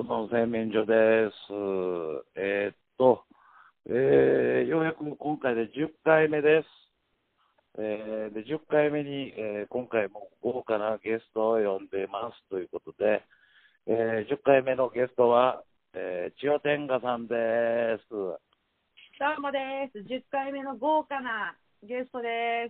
うどん製麺所です。ようやく今回で10回目です。で10回目に、今回も豪華なゲストを呼んでますということで、10回目のゲストは、千代天下さんです。 どうもです。10回目の豪華なゲストです。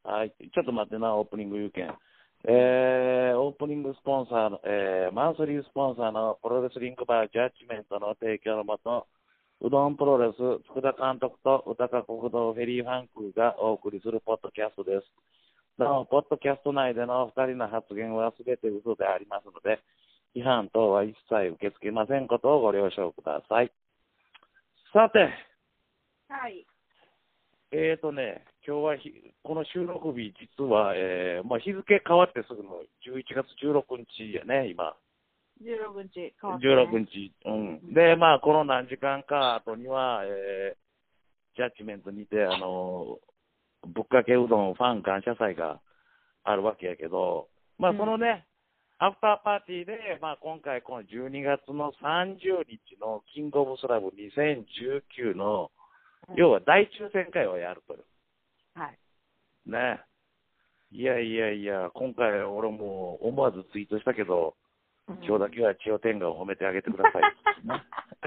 はい、ちょっと待ってな、オープニング言うけん。オープニングスポンサーの、マンスリースポンサーのプロレスリングバージャッジメントの提供のもと、うどんプロレス、佃監督と宇高国道フェリーファンクがお送りするポッドキャストです。なお、ポッドキャスト内での2人の発言はすべて嘘でありますので、批判等は一切受け付けませんことをご了承ください。さて、 はい。 今日はこの収録日、実は、日付変わってすぐの11月16日やね、今。 16日変わって、ね。 16日。うん。で、この何時間か後には、ジャッジメントにて、ぶっかけうどんファン感謝祭があるわけやけど、そのね、アフターパーティーで、今回この12月の30日のキングオブスラム2019の、要は大抽選会をやるという。 はい。 ね。いや、今回俺も思わずツイートしたけど、今日だけは千代天下を褒めてあげてください。ね、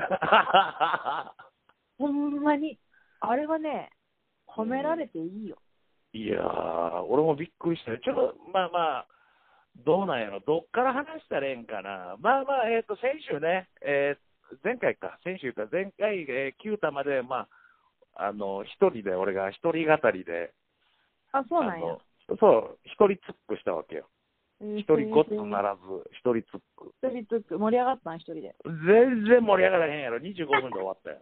ほんまに、あれはね、褒められていいよ。 いやー、俺もびっくりしたよ。ちょっと、どうなんやろ。どっから話したらええんかな。先週ね、前回、9玉で、一人で、俺が一人語りで、 あ、そうなんや。 そう、一人ツックしたわけよ。一人ごっつならず、一人ツック。 一人ツック、盛り上がったん、一人で。 全然盛り上がらへんやろ。25分で終わったよ。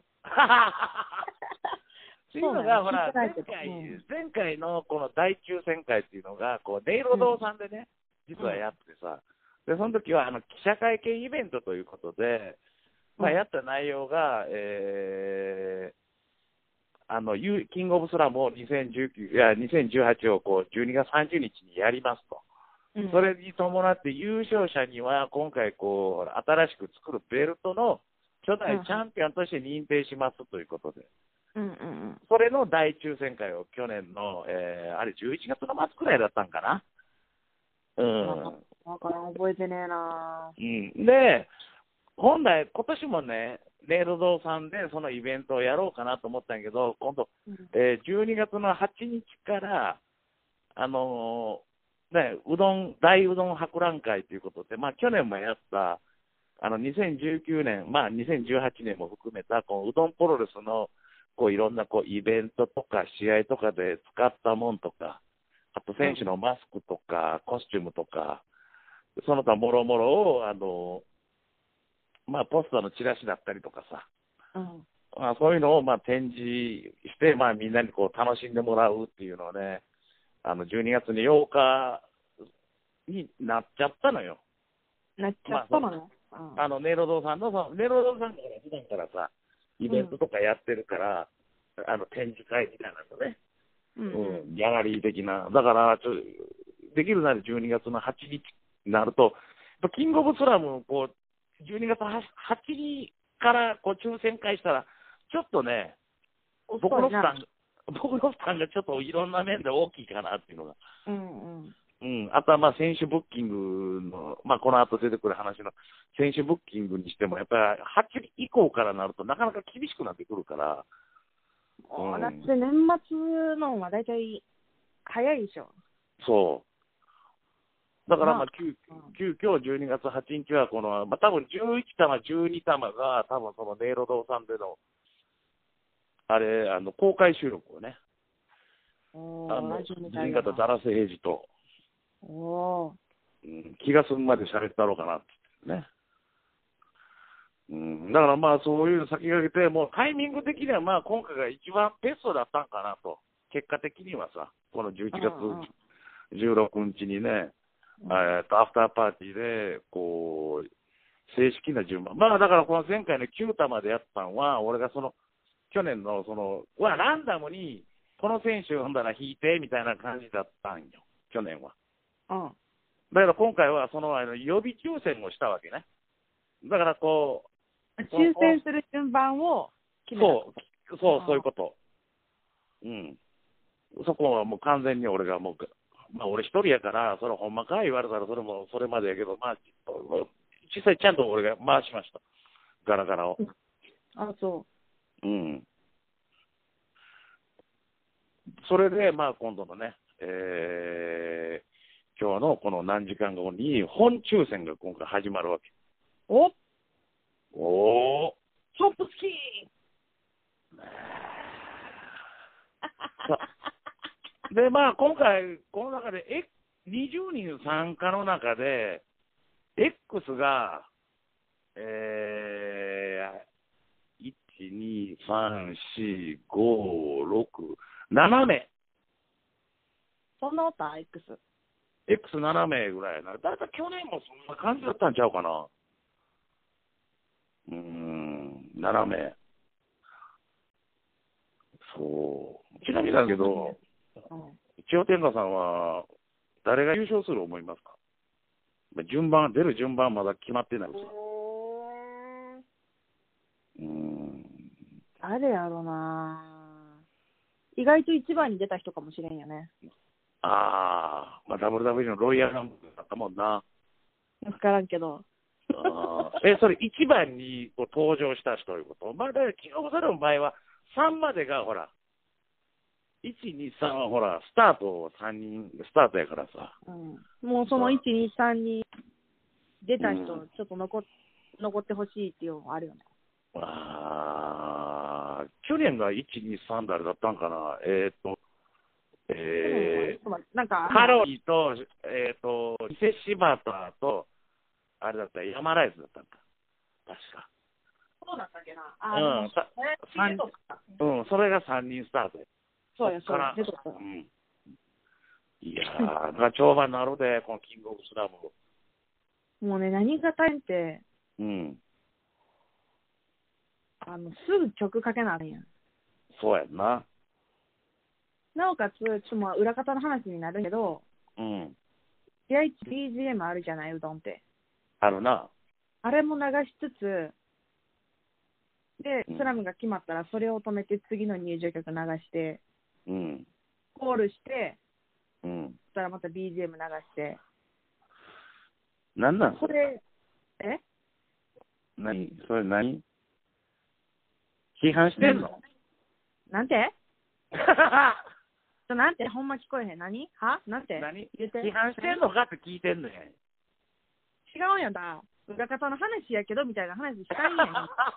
っていうのが、ほら、前回のこの大抽選会っていうのが、こう、ネイロ堂さんでね、実はやってさ、で、その時は、記者会見イベントということで、やった内容が、キングオブスラムを2018をこう12月30日にやりますと。それに伴って優勝者には今回こう新しく作るベルトの初代チャンピオンとして認定しますということで、それの大抽選会を去年の、あれ11月の末くらいだったんかな。 だから覚えてねえな。 で、本来今年もね、ネイロ堂さんでそのイベントをやろうかなと思ったんやけど、今度、12月の8日から、大うどん博覧会ということで、去年もやった、2019年、2018年も含めた、こう、うどんプロレスの、こう、いろんな、こう、イベントとか、試合とかで使ったもんとか、あと、選手のマスクとか、コスチュームとか、その他もろもろを、ポスターのチラシだったりとかさ、そういうのを展示して、みんなにこう楽しんでもらうっていうのをね、12月に8日になっちゃったのよ。 なっちゃったのね。 ネイロ堂さんの、ネイロ堂さんから普段からさ、イベントとかやってるから、展示会みたいなのね、ギャラリー的な。だから、できるなら12月の8日になると、キングオブスラム、こう、12月8日からこう抽選会したら、ちょっとね、僕の負担がちょっといろんな面で大きいかなっていうのが。あとは選手ブッキングの、この後出てくる話の選手ブッキングにしても、やっぱり8日以降からなるとなかなか厳しくなってくるから。 だって年末のは大体早いでしょ。 そう。だから急遽12月8日はこの、多分11玉、12玉が多分そのネイロ堂さんでの、公開収録をね、人方ダラスエイジと、気が済むまで喋ったろうかなってね。だからそういうの先駆けて、もうタイミング的には今回が一番ベストだったんかなと、結果的にはさ、この11月16日にね、アフターパーティーで、こう、正式な順番。だからこの前回の9玉でやったのは、俺が去年のランダムに、この選手を引いて、みたいな感じだったんよ、去年は。だけど今回は、予備抽選をしたわけね。 だからこう、 抽選する順番を決めたこと。 そういうこと。うん。そこはもう完全に俺がもう、まあ俺一人やから、それほんまか言われたらそれもそれまでやけど、まあ、実際ちゃんと俺が回しました。ガラガラを。 あ、そう。 うん。それで、まあ今度のね、今日のこの何時間後に本抽選が今回始まるわけ。 おーチョップスキーで、まあ今回、この中で、20人参加の中で、X が、1、2、3、4、5、6、7名。 そんなことは X。 X7 名ぐらいやな。だいたい去年もそんな感じだったんちゃうかな。7名。そう。ちなみにだけど、千代天下さんは、誰が優勝すると思いますか？出る順番まだ決まってないですよ。 誰やろな。意外と一番に出た人かもしれんよね。 まあ WWE のロイヤルランブルだったもんな。 わからんけど。 それ一番に登場した人ということ？まあ、だからキングオブサルの場合は、3までがほら、1、2、3はほら、スタート3人、スタートやからさ。 もうその1、2、3に出た人、ちょっと残ってほしいっていうのもあるよね。 去年が1、2、3誰だったんかな。 なんかカロリーと、伊勢柴田と、あれだったら山ライズだったんか。確か。 そうだったっけな。 それが3人スタートや。 そうや、そうや。 いやー、長盤なるで、このキングオブスラム。 もうね、何が大変って、すぐ曲かけなあかんやん。 そうやんな。 なおかつ、ちょっとまあ裏方の話になるけど、BGM あるじゃない、うどんって。 あるな。 あれも流しつつ、で、スラムが決まったら、それを止めて次の入場曲流して、コールして、そしたらまた BGM 流して。 なんなんそれ、 それ何批判してんの？ なんてなんてほんま聞こえへん。何なんて言って。批判してんのかって聞いてんのや。 違うんやんだ。裏方の話やけどみたいな話したいんやん。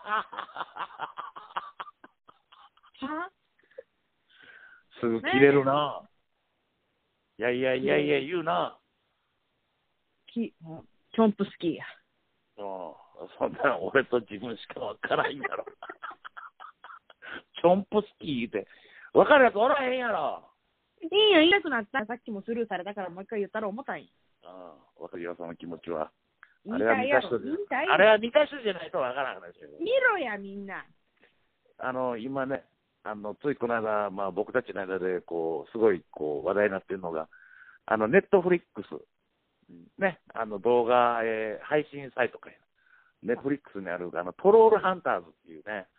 すぐ切れるな。いや、言うな。 チョンプスキーや。 そんな俺と自分しかわからんやろ。チョンプスキーって、わかるやつおらへんやろ。 いいよ、言いたくなった。さっきもスルーされたからもう一回言ったら思ったんや。 わかるよ、その気持ちは。 あれは見た人じゃないとわからん話よ。 見ろや、みんな。 今ね、ついこの間、まあ僕たちの間で、すごい、話題になってるのが、ネットフリックス、ね、動画、配信サイトかや。ネットフリックスにある、トロールハンターズっていうね、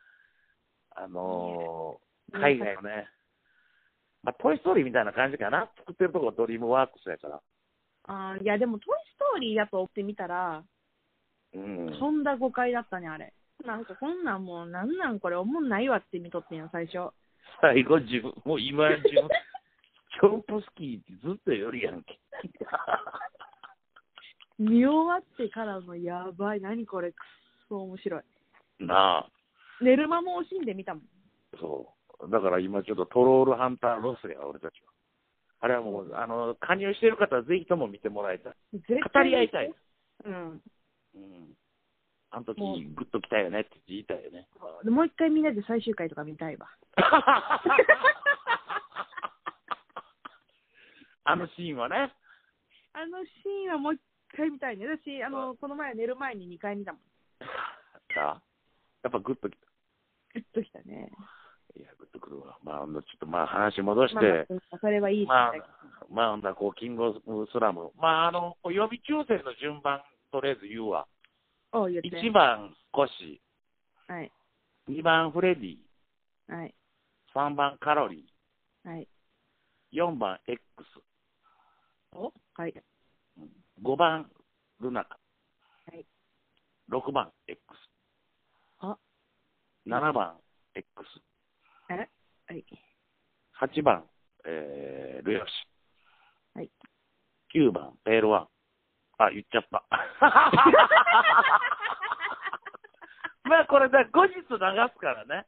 海外のね、まあ、トイ・ストーリーみたいな感じかな。作ってるとこドリームワークスやから。 いや、でも、トイ・ストーリーやと追ってみたら、とんだ誤解だったね、あれ。なんか、こんなんもう、なんなんこれ、おもんないわって見とってんよ、最初。 最後、もう今、チョンプスキーってずっとよりやんけ。 見終わってからのやばい、何これ、くっそ面白い。 なあ。 寝る間も惜しんで見たもん。 そう。だから今ちょっとトロールハンターロスや、俺たちは。あれはもう、加入してる方はぜひとも見てもらいたい。語り合いたい。あの時、グッときたよねって言いたいよね。 もう一回みんなで最終回とか見たいわ。 あのシーンはね。 あのシーンはもう一回見たいね。私、この前寝る前に2回見たもん。 やっぱグッときた。 グッときたね。 いや、グッとくるわ。まあ、ちょっと話戻して。 それはいい。 キングオブスラム。予備抽選の順番、とりあえず言うわ。 お言って。 1番、コシ。 はい。 2番、フレディ。 はい。 3番、カロリー。はい。 4番、X。 おはい。 5番、ルナカ。 はい。 6番、X。 あ。 7番、X。 はい。 8番、ルヨシ。 はい。 9番、ペールワン。あ、言っちゃった。まあ、これね、後日流すからね。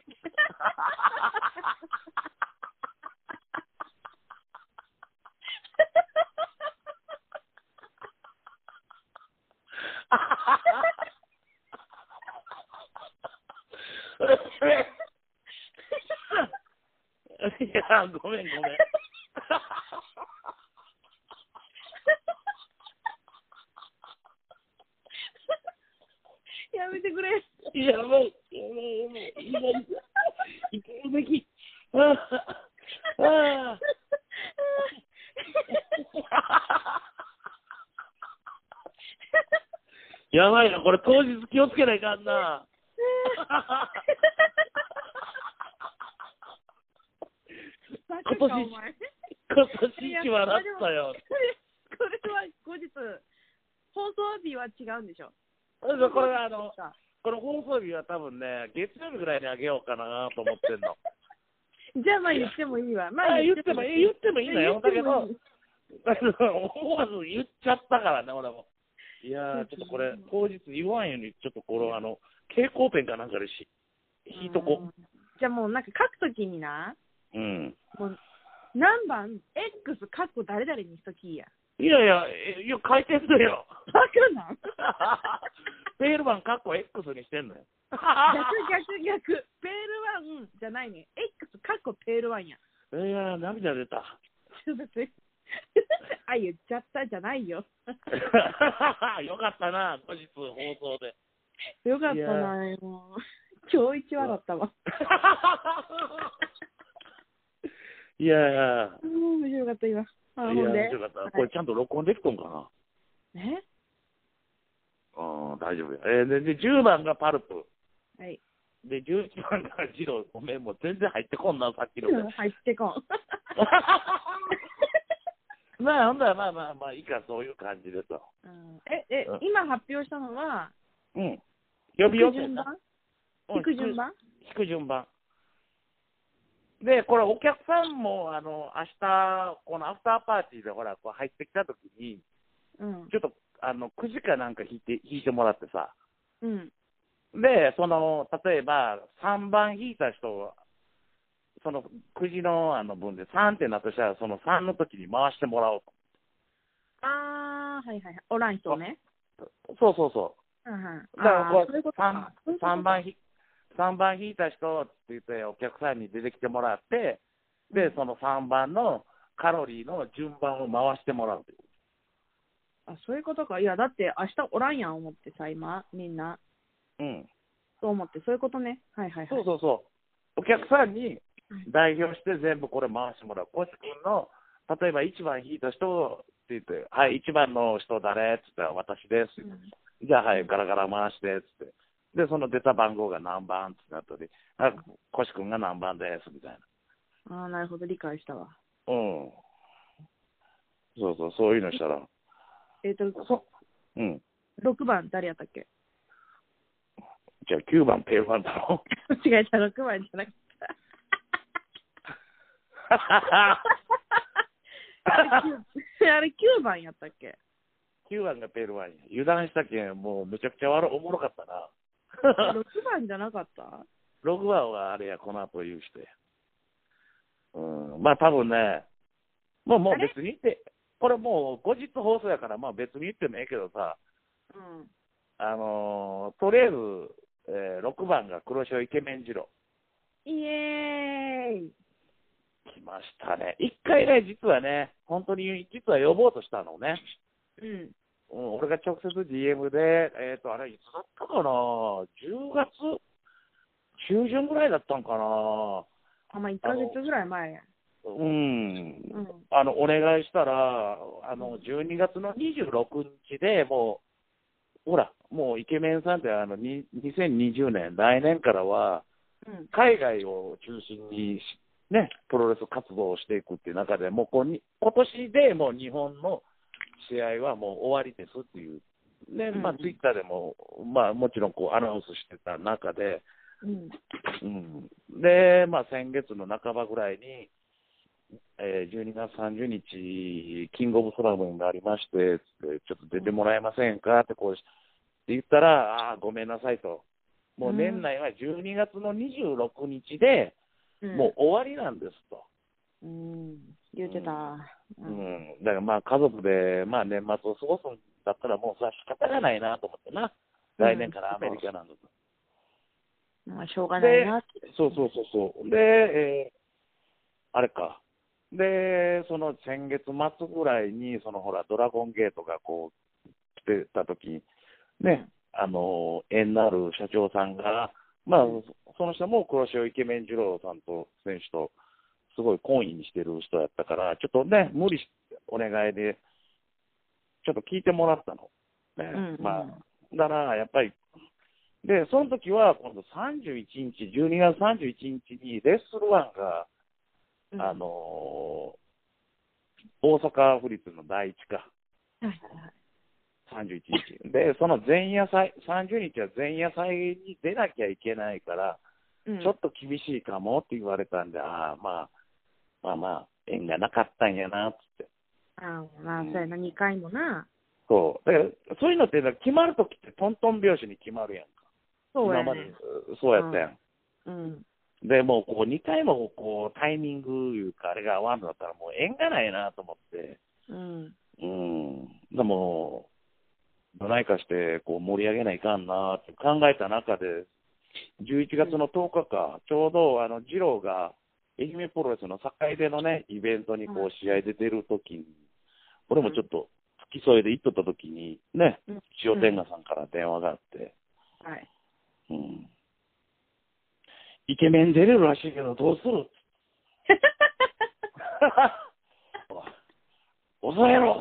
いや、ごめん。 やめてくれ。 やばい。息抜き。やばいな、これ当日気をつけないかんな。今年一笑ったよ。 これは後日、放送日は違うんでしょ。 これこの放送日は多分ね、月曜日ぐらいにあげようかなと思ってんの。 じゃあまあ言ってもいいわ。 まあ言ってもいいのよ。だけど、思わず言っちゃったからね、俺も。いやー、ちょっとこれ、当日言わんように、ちょっとこの、蛍光ペンかなんかで引いとこう。 じゃあもうなんか書くときにな、 うん。 もう何番 X カッコ誰々にしときや。 いや、書いてんだよ。 バカなんペールマンカッコ X にしてんのよ。 逆。ペールワンじゃないね。X カッコペールワンや。 いや、涙出た。 ちょっと待って。あ、言っちゃったじゃないよ。 よかったな、後日放送で。 よかったな、もう。今日一話だったわ。 いや面白かった、今。 面白かった。これちゃんと録音できとんかな。大丈夫よ。で、10番がパルプ。 はい。 で、11番がジロー。ごめん、もう全然入ってこんな、さっきの。 入ってこん。 まあ、ほんだらまあ、いいか、そういう感じですと。 今発表したのは、 うん。呼び寄せ引く順番。 で、これ、お客さんも、明日、このアフターパーティーで、ほら、こう入ってきたときに、ちょっと、くじかなんか引いてもらってさ。 うん。 で、例えば、3番引いた人は、そのくじの分で3ってなったとしたら、その3の時に回してもらおうと。 はい。おらん人ね。 そう。だからこれ3番引いた人って言ってお客さんに出てきてもらって、で、その3番のカロリーの順番を回してもらうという。 そういうことか。いや、だって明日おらんやん思ってさ、今、みんな。 うん。 そう思って、そういうことね。はい。 そう。お客さんに代表して全部これ回してもらう。コシ君の、例えば1番引いた人って言って、はい、1番の人誰って言ったら私です。じゃあ、はい、ガラガラ回してって。で、その出た番号が何番ってなったり、コシ君が何番ですみたいな。なるほど、理解したわ。 うん。そういうのしたら。うん。 6番誰やったっけ？ じゃあ9番ペールワンだろ。 違えた、6番じゃなくて。あれ9番やったっけ ？9番がペールワンや。油断したけん、もうむちゃくちゃおもろかったな。 6番じゃなかった？ 6 番はあれや、この後言う人や。まあ多分ね、もう別に言って、これもう後日放送やから、まあ別に言ってもええけどさ、とりあえず、6番が黒潮イケメン二郎。 イエーイ。 来ましたね。一回ね、実は呼ぼうとしたのね。俺が直接 DM で、あれ、いつだったかな、10月中旬ぐらいだったんかな。 まあ、1ヶ月ぐらい前や。 お願いしたら、12月の26日でもほら、もうイケメンさんって2020年、来年からは、 うん、 海外を中心にね、プロレス活動をしていくっていう中で、もう今年でもう日本の試合はもう終わりですっていう、ね、まあ、ツイッターでも、まあ、もちろんこうアナウンスしてた中で、で、まあ、先月の半ばぐらいに、12月30日、キングオブスラムになりまして、ちょっと出てもらえませんかってこうって言ったら、ああ、ごめんなさいと。もう年内は12月の26日で、もう終わりなんですと。 言ってた。 だからまあ家族で、まあ年末を過ごすんだったらもうさ、仕方がないなと思ってな。来年からアメリカなんだと。 まあしょうがないなって。 そう。で、あれか。で、その先月末ぐらいに、そのほら、ドラゴンゲートがこう、来てた時ね、縁のある社長さんが、まあ、その人も黒潮イケメン二郎さんと選手と、すごい懇意にしてる人やったから、ちょっとね、無理してお願いで、ちょっと聞いてもらったの。ね、まあ、だからやっぱり、で、その時は今度31日、12月31日にレッスルワンが、大阪府立の第一か。31日。で、その前夜祭、30日は前夜祭に出なきゃいけないから、ちょっと厳しいかもって言われたんで、まあ、縁がなかったんやな、つって。 まあ、そうやな、2回もな。 そう。だから、そういうのって決まるときってトントン拍子に決まるやんか。 そうやね。 今までそうやったやん。で、もうこう2回もこうタイミングいうか、あれが合わんのだったらもう縁がないなと思って。でも、どないかしてこう盛り上げないかんなって考えた中で、11月の10日か、ちょうど二郎が愛媛プロレスの境出のね、イベントにこう試合で出るときに、俺もちょっと付き添いで行っとったときに、ね、塩天下さんから電話があって、イケメン出れるらしいけど、どうする抑えろ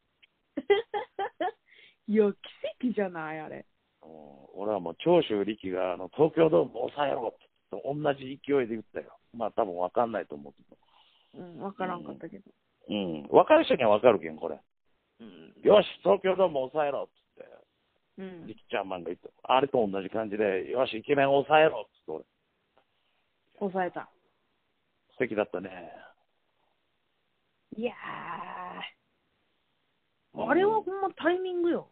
いや、奇跡じゃない、あれ。 俺はもう長州力が東京ドーム抑えろって同じ勢いで言ったよ。まあ多分分かんないと思うけど。分からんかったけど。 分かる人には分かるけん、これ。よし、東京ドーム抑えろっつって、力ちゃんマンが言った。あれと同じ感じで、よし、イケメン抑えろっつって俺。 抑えた。 素敵だったね。 いやあれはほんまタイミングよ。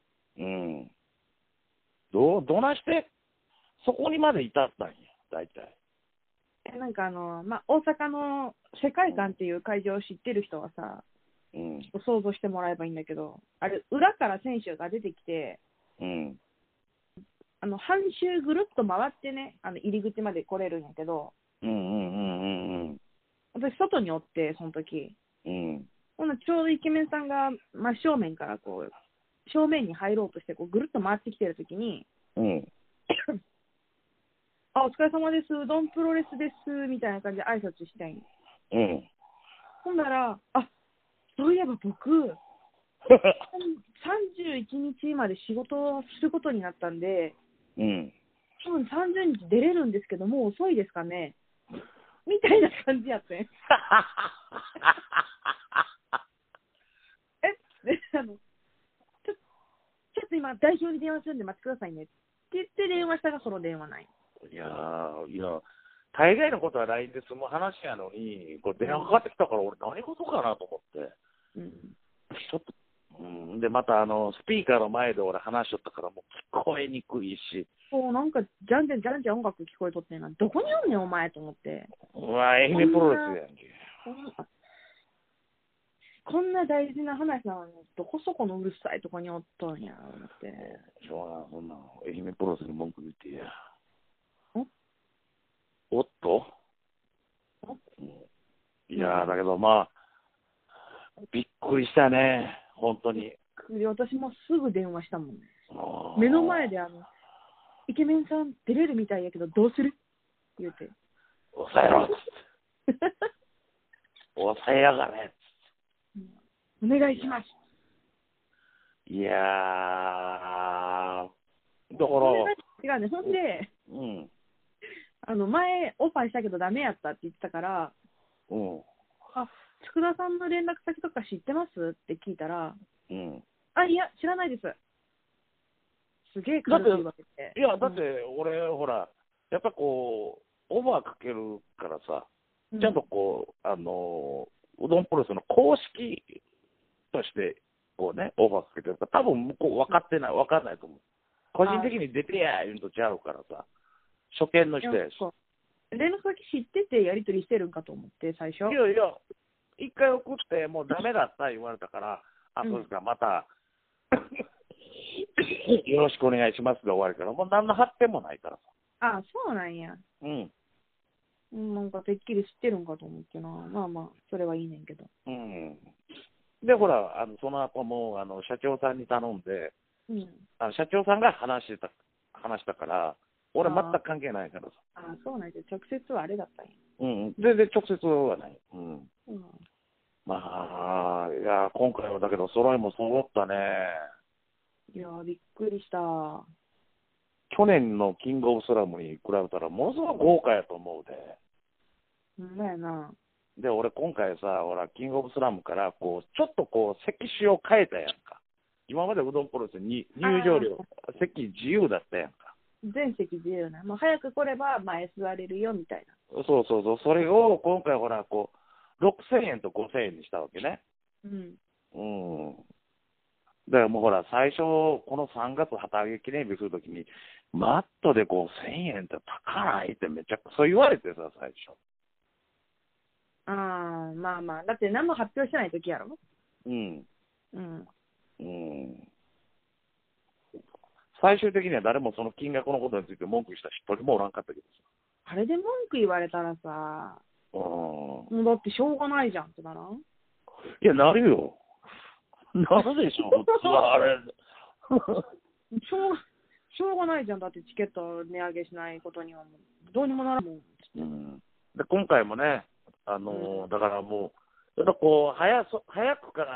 どないして、そこにまで至ったんや、大体。 なんかまあ、大阪の世界観っていう会場を知ってる人はさ、想像してもらえばいいんだけど、あれ、裏から選手が出てきて、半周ぐるっと回ってね、入り口まで来れるんやけど、私、外におって、その時。ほなちょうどイケメンさんが真正面からこう、正面に入ろうとしてこうぐるっと回ってきてるときに、お疲れ様です、うどんプロレスです、みたいな感じで挨拶したいん。ほんなら、そういえば僕、31日まで仕事をすることになったんで、多分30日出れるんですけど、もう遅いですかねみたいな感じやってん。ちょっと今、代表に電話するんで待ってくださいねって言って電話したが、その電話ない。 いや、大概のことは LINE で済む話やのに、これ電話かかってきたから、俺、何事かなと思って、ちょっと、で、またスピーカーの前で俺、話しとったから、もう聞こえにくいし、 なんか、じゃんじゃん音楽聞こえとってんな、どこにおんねん、お前と思って。 愛媛プロレスやんけ。 こんな大事な話なのに、どこそこのうるさいとこにおっとんや、思って。 しょうがない、そんな、愛媛プロレスに文句言ってや。おっといやだけどまあ、びっくりしたね、本当に。 私もすぐ電話したもんね。目の前でイケメンさん出れるみたいやけど、どうする言うて。 抑えろっつって。抑えやがれっつって。 お願いします。 いやだから、 違うね。ほんで、前、オファーしたけどダメやったって言ってたから、佃さんの連絡先とか知ってますって聞いたら、いや、知らないです。すげえ軽く言われて。 いや、だって、俺、ほら、やっぱこう、オファーかけるからさ、ちゃんとこう、うどんプロレスの公式として、こうね、オファーかけてるから、多分向こう分かんないと思う。個人的に出てや言うのとちゃうからさ、初見の人やし。 連絡先知っててやり取りしてるんかと思って、最初。 いやいや、一回送って、もうダメだった言われたから、そうですか、また、よろしくお願いしますで終わりから、もう何の発展もないからさ。そうなんや。なんかてっきり知ってるんかと思ってな。まあまあ、それはいいねんけど。 で、ほら、その後も、社長さんに頼んで、社長さんが話したから、俺全く関係ないからさ。 そうなんや。直接はあれだったんや。 全然直接はない。まあ、いや、今回はだけど、揃いも揃ったね。 いやびっくりした。 去年のキングオブスラムに比べたら、ものすごく豪華やと思うで。 やな。 で、俺今回さ、ほら、キングオブスラムから、こう、ちょっとこう、席種を変えたやんか。今までうどんプロレスに入場料、席自由だったやんか。 全席自由な。もう早く来れば前座れるよ、みたいな。そう。それを今回ほら、こう、6000円と5000円にしたわけね。だからもうほら、最初、この3月旗揚げ記念日するときに、マットで5000円って高ないってめちゃくちゃ言われてさ、最初。 まあまあ、だって何も発表してないときやろ。 最終的には誰もその金額のことについて文句した人一人もおらんかったけどさ。 あれで文句言われたらさ、もうだってしょうがないじゃんってならん？ いや、なるよ。なるでしょ、普通はあれ。 しょうがないじゃん。だってチケット値上げしないことにはもうどうにもならんもん。 で今回もね、だからもう、ちょっとこう、早くから、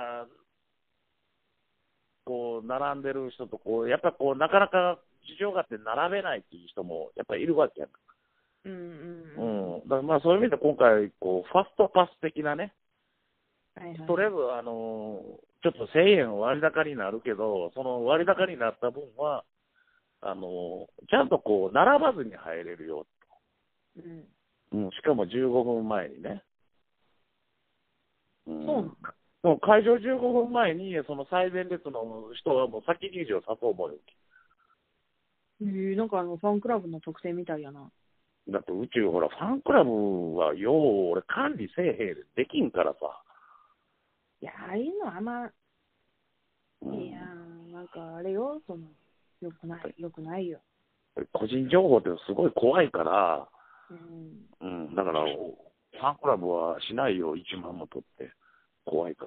こう、並んでる人と、こう、やっぱこう、なかなか事情があって並べないっていう人も、やっぱりいるわけやんか。だからまあ、そういう意味で今回、こう、ファストパス的なね、とりあえず、ちょっと1000円割高になるけど、その割高になった分は、ちゃんとこう、並ばずに入れるよと。しかも15分前にね。 そうなの会場15分前に、その最前列の人はもう先入場さそう思うよ。 なんかファンクラブの特典みたいやな。 だって宇宙、ほら、ファンクラブはよう、俺管理せえへんできんからさ。 いや、ああいうのあんま、いや、なんかあれよ、よくないよ。 個人情報ってすごい怖いから、だから、ファンクラブはしないよ、1万も取って。怖いから。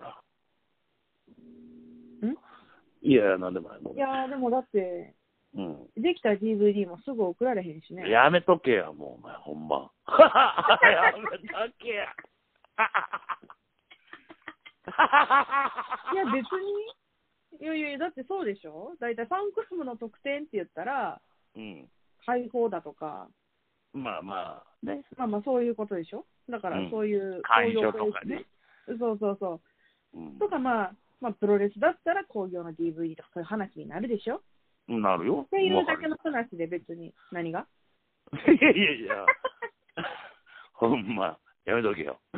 いや、なんでもない。 いや、でもだって、できた DVD もすぐ送られへんしね。 やめとけや、もう、お前、ほんま。やめとけや。 いや、別に、いや、だってそうでしょ。だいたいファンクラブの特典って言ったら、配報だとか、 まあまあ、ね。 まあそういうことでしょ。だからそういう、 会場とかね。 そう。とかまあ、プロレスだったら興行の DVD とかそういう話になるでしょ。 なるよ。 っていうだけの話で別に何がいや。ほんま、やめとけよ。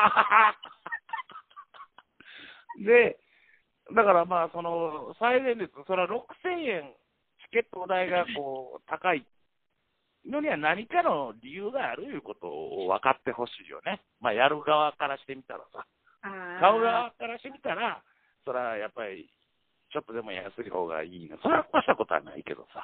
で、だからまあ、その、最前列、それは6000円、チケット代がこう、高いのには何かの理由があるいうことを分かってほしいよね。まあ、やる側からしてみたらさ。買う側からしてみたら、それはやっぱり、ちょっとでも安い方がいいな。それは越したことはないけどさ。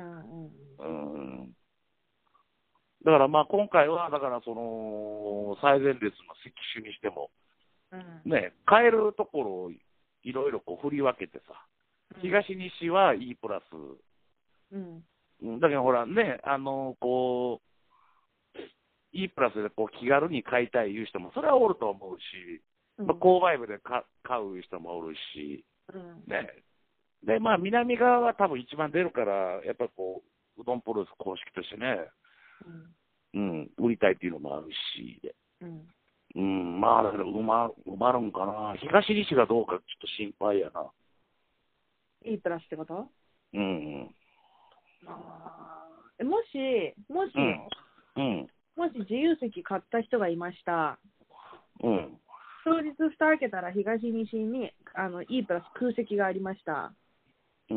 だからまあ今回は、だからその、最前列の席種にしても、ね、買えるところをいろいろこう振り分けてさ、東西は E プラス。だけどほらね、こう、E プラスでこう気軽に買いたいいう人も、それはおると思うし、購買部で買う人もおるし、ね。 で、まあ、南側は多分一番出るから、やっぱりこう、うどんプロレス公式としてね、売りたいっていうのもあるし、まあ、だけど埋まるんかな。東西がどうかちょっと心配やな。 いいプラスってこと？もし、自由席買った人がいました。当日蓋開けたら東西にE プラス空席がありました。 じ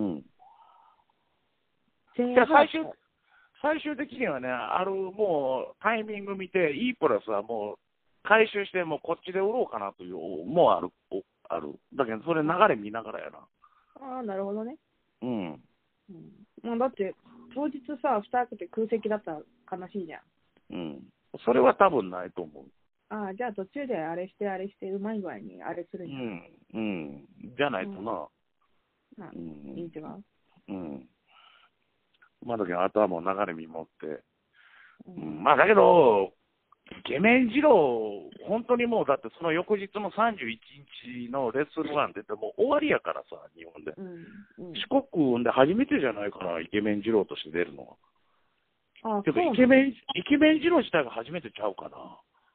ゃあ最終的にはね、もうタイミング見て、E プラスはもう回収して、もうこっちで売ろうかなという、もうある。だけど、それ流れ見ながらやな。 ああ、なるほどね。まあ、だって、当日さ、蓋開けて空席だったら悲しいじゃん。 それは多分ないと思う。 ああ、じゃあ途中であれして、うまい具合にあれするんじゃん。じゃないとな。 いいん違う？ まあ、だけど、あとはもう流れ見持って。まあ、だけど、イケメン二郎、本当にもう、だってその翌日の31日のレッスルワンって言ってもう終わりやからさ、日本で。四国で初めてじゃないかな、イケメン二郎として出るのは。てかイケメン二郎自体が初めてちゃうかな。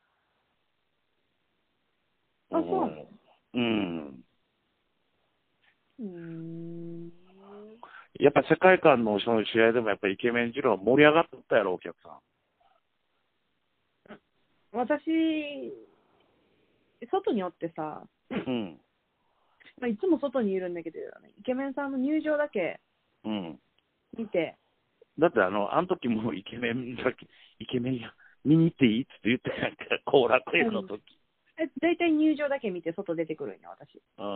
やっぱ世界観のその試合でもやっぱイケメン二郎盛り上がってたやろ、お客さん。 私、外におってさ、まあ、いつも外にいるんだけど、イケメンさんの入場だけ見て。 だってあの時もイケメンや、見に行っていいって言ったやんか、後楽園の時。 大体入場だけ見て外出てくるんよ、私。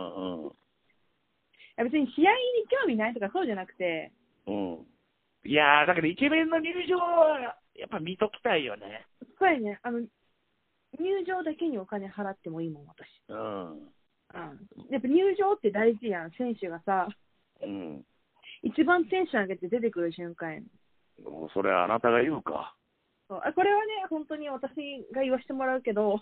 別に試合に興味ないとかそうじゃなくて。 いやー、だけどイケメンの入場はやっぱ見ときたいよね。 そうやね。入場だけにお金払ってもいいもん、私。やっぱ入場って大事やん、選手がさ。一番テンション上げて出てくる瞬間やん。 それはあなたが言うか。 これはね、本当に私が言わせてもらうけど、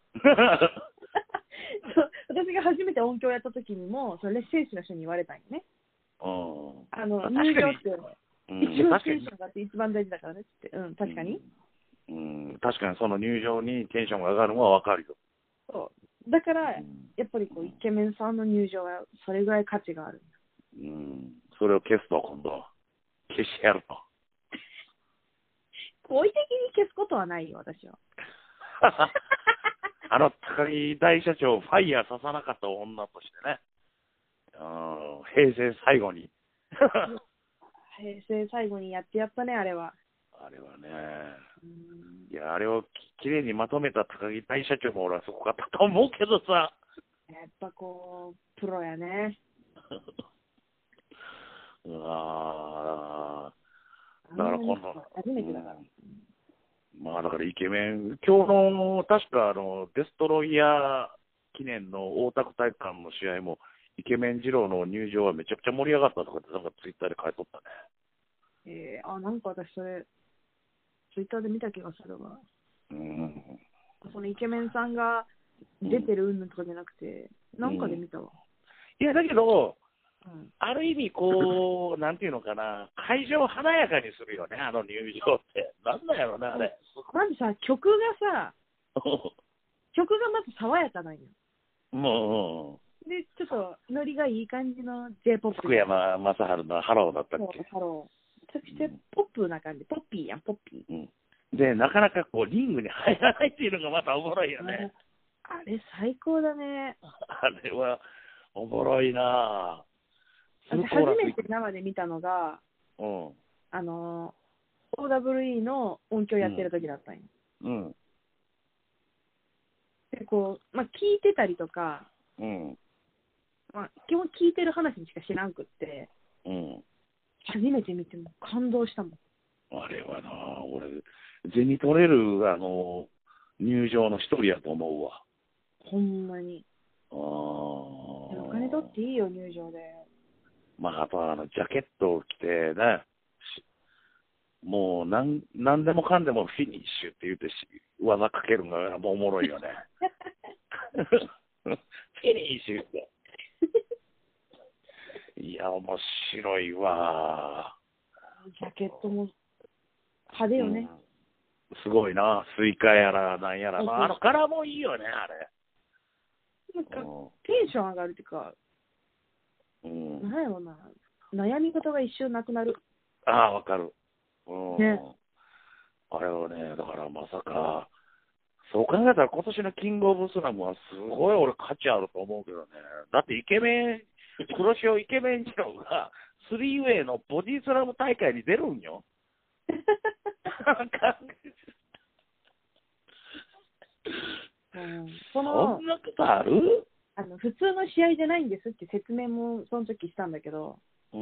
私が初めて音響やった時にも、それ選手の人に言われたんよね。入場って一番テンションがあって一番大事だからねって。確かに。 確かにその入場にテンションが上がるのはわかるよ。 そうだから、やっぱりこうイケメンさんの入場はそれぐらい価値がある。 それを消すと、今度消してやると。 好意的に消すことはないよ、私は。 高木大社長、ファイヤーささなかった女としてね。平成最後に。 平成最後にやってやったね、あれは。 あれはね。いや、あれをきれいにまとめた高木大社長も俺はすごかったと思うけどさ。 やっぱこう、プロやね。 だから今度。 初めてだから。 まあだからイケメン、今日の確かデストロイヤー記念の大田区体育館の試合も、イケメン二郎の入場はめちゃくちゃ盛り上がったとかって、なんかツイッターで書いとったね。 なんか私それ、ツイッターで見た気がするわ。そのイケメンさんが出てる云々とかじゃなくて、なんかで見たわ。 いや、だけど、ある意味、こう、なんていうのかな、会場を華やかにするよね、入場って。なんだよな、あれ。 まずさ、曲がまず爽やかなんよ。で、ちょっとノリがいい感じの J-POP。 福山雅治のハローだったっけ。 ハロー。そしてポップな感じ、ポッピーやん、ポッピー。 で、なかなかこう、リングに入らないっていうのがまたおもろいよね。 あれ、最高だね。 あれは、おもろいなぁ。 初めて生で見たのが、OWE の音響やってる時だったんよ。で、こう、聞いてたりとか、基本聞いてる話にしか知らんくって、初めて見ても感動したもん。 あれはなぁ、俺、銭取れる、入場の一人やと思うわ。 ほんまに。お金取っていいよ、入場で。 あとはジャケットを着てね、もうなんでもかんでもフィニッシュって言って技かけるのがもうおもろいよね。フィニッシュって。いやや、面白いわ。 ジャケットも派手よね。 すごいな。スイカやらなんやらな。柄もいいよね、あれ。 なんか、テンション上がるっていうか、なんやろな。悩み事が一瞬なくなる。 ああ、わかる。 ね。 あれをね、だからまさか、そう考えたら今年のキングオブスラムはすごい俺価値あると思うけどね。だってイケメン、黒潮イケメン二郎がスリーウェイのボディスラム大会に出るんよ。そんなことある？ 普通の試合じゃないんですって説明もその時したんだけど、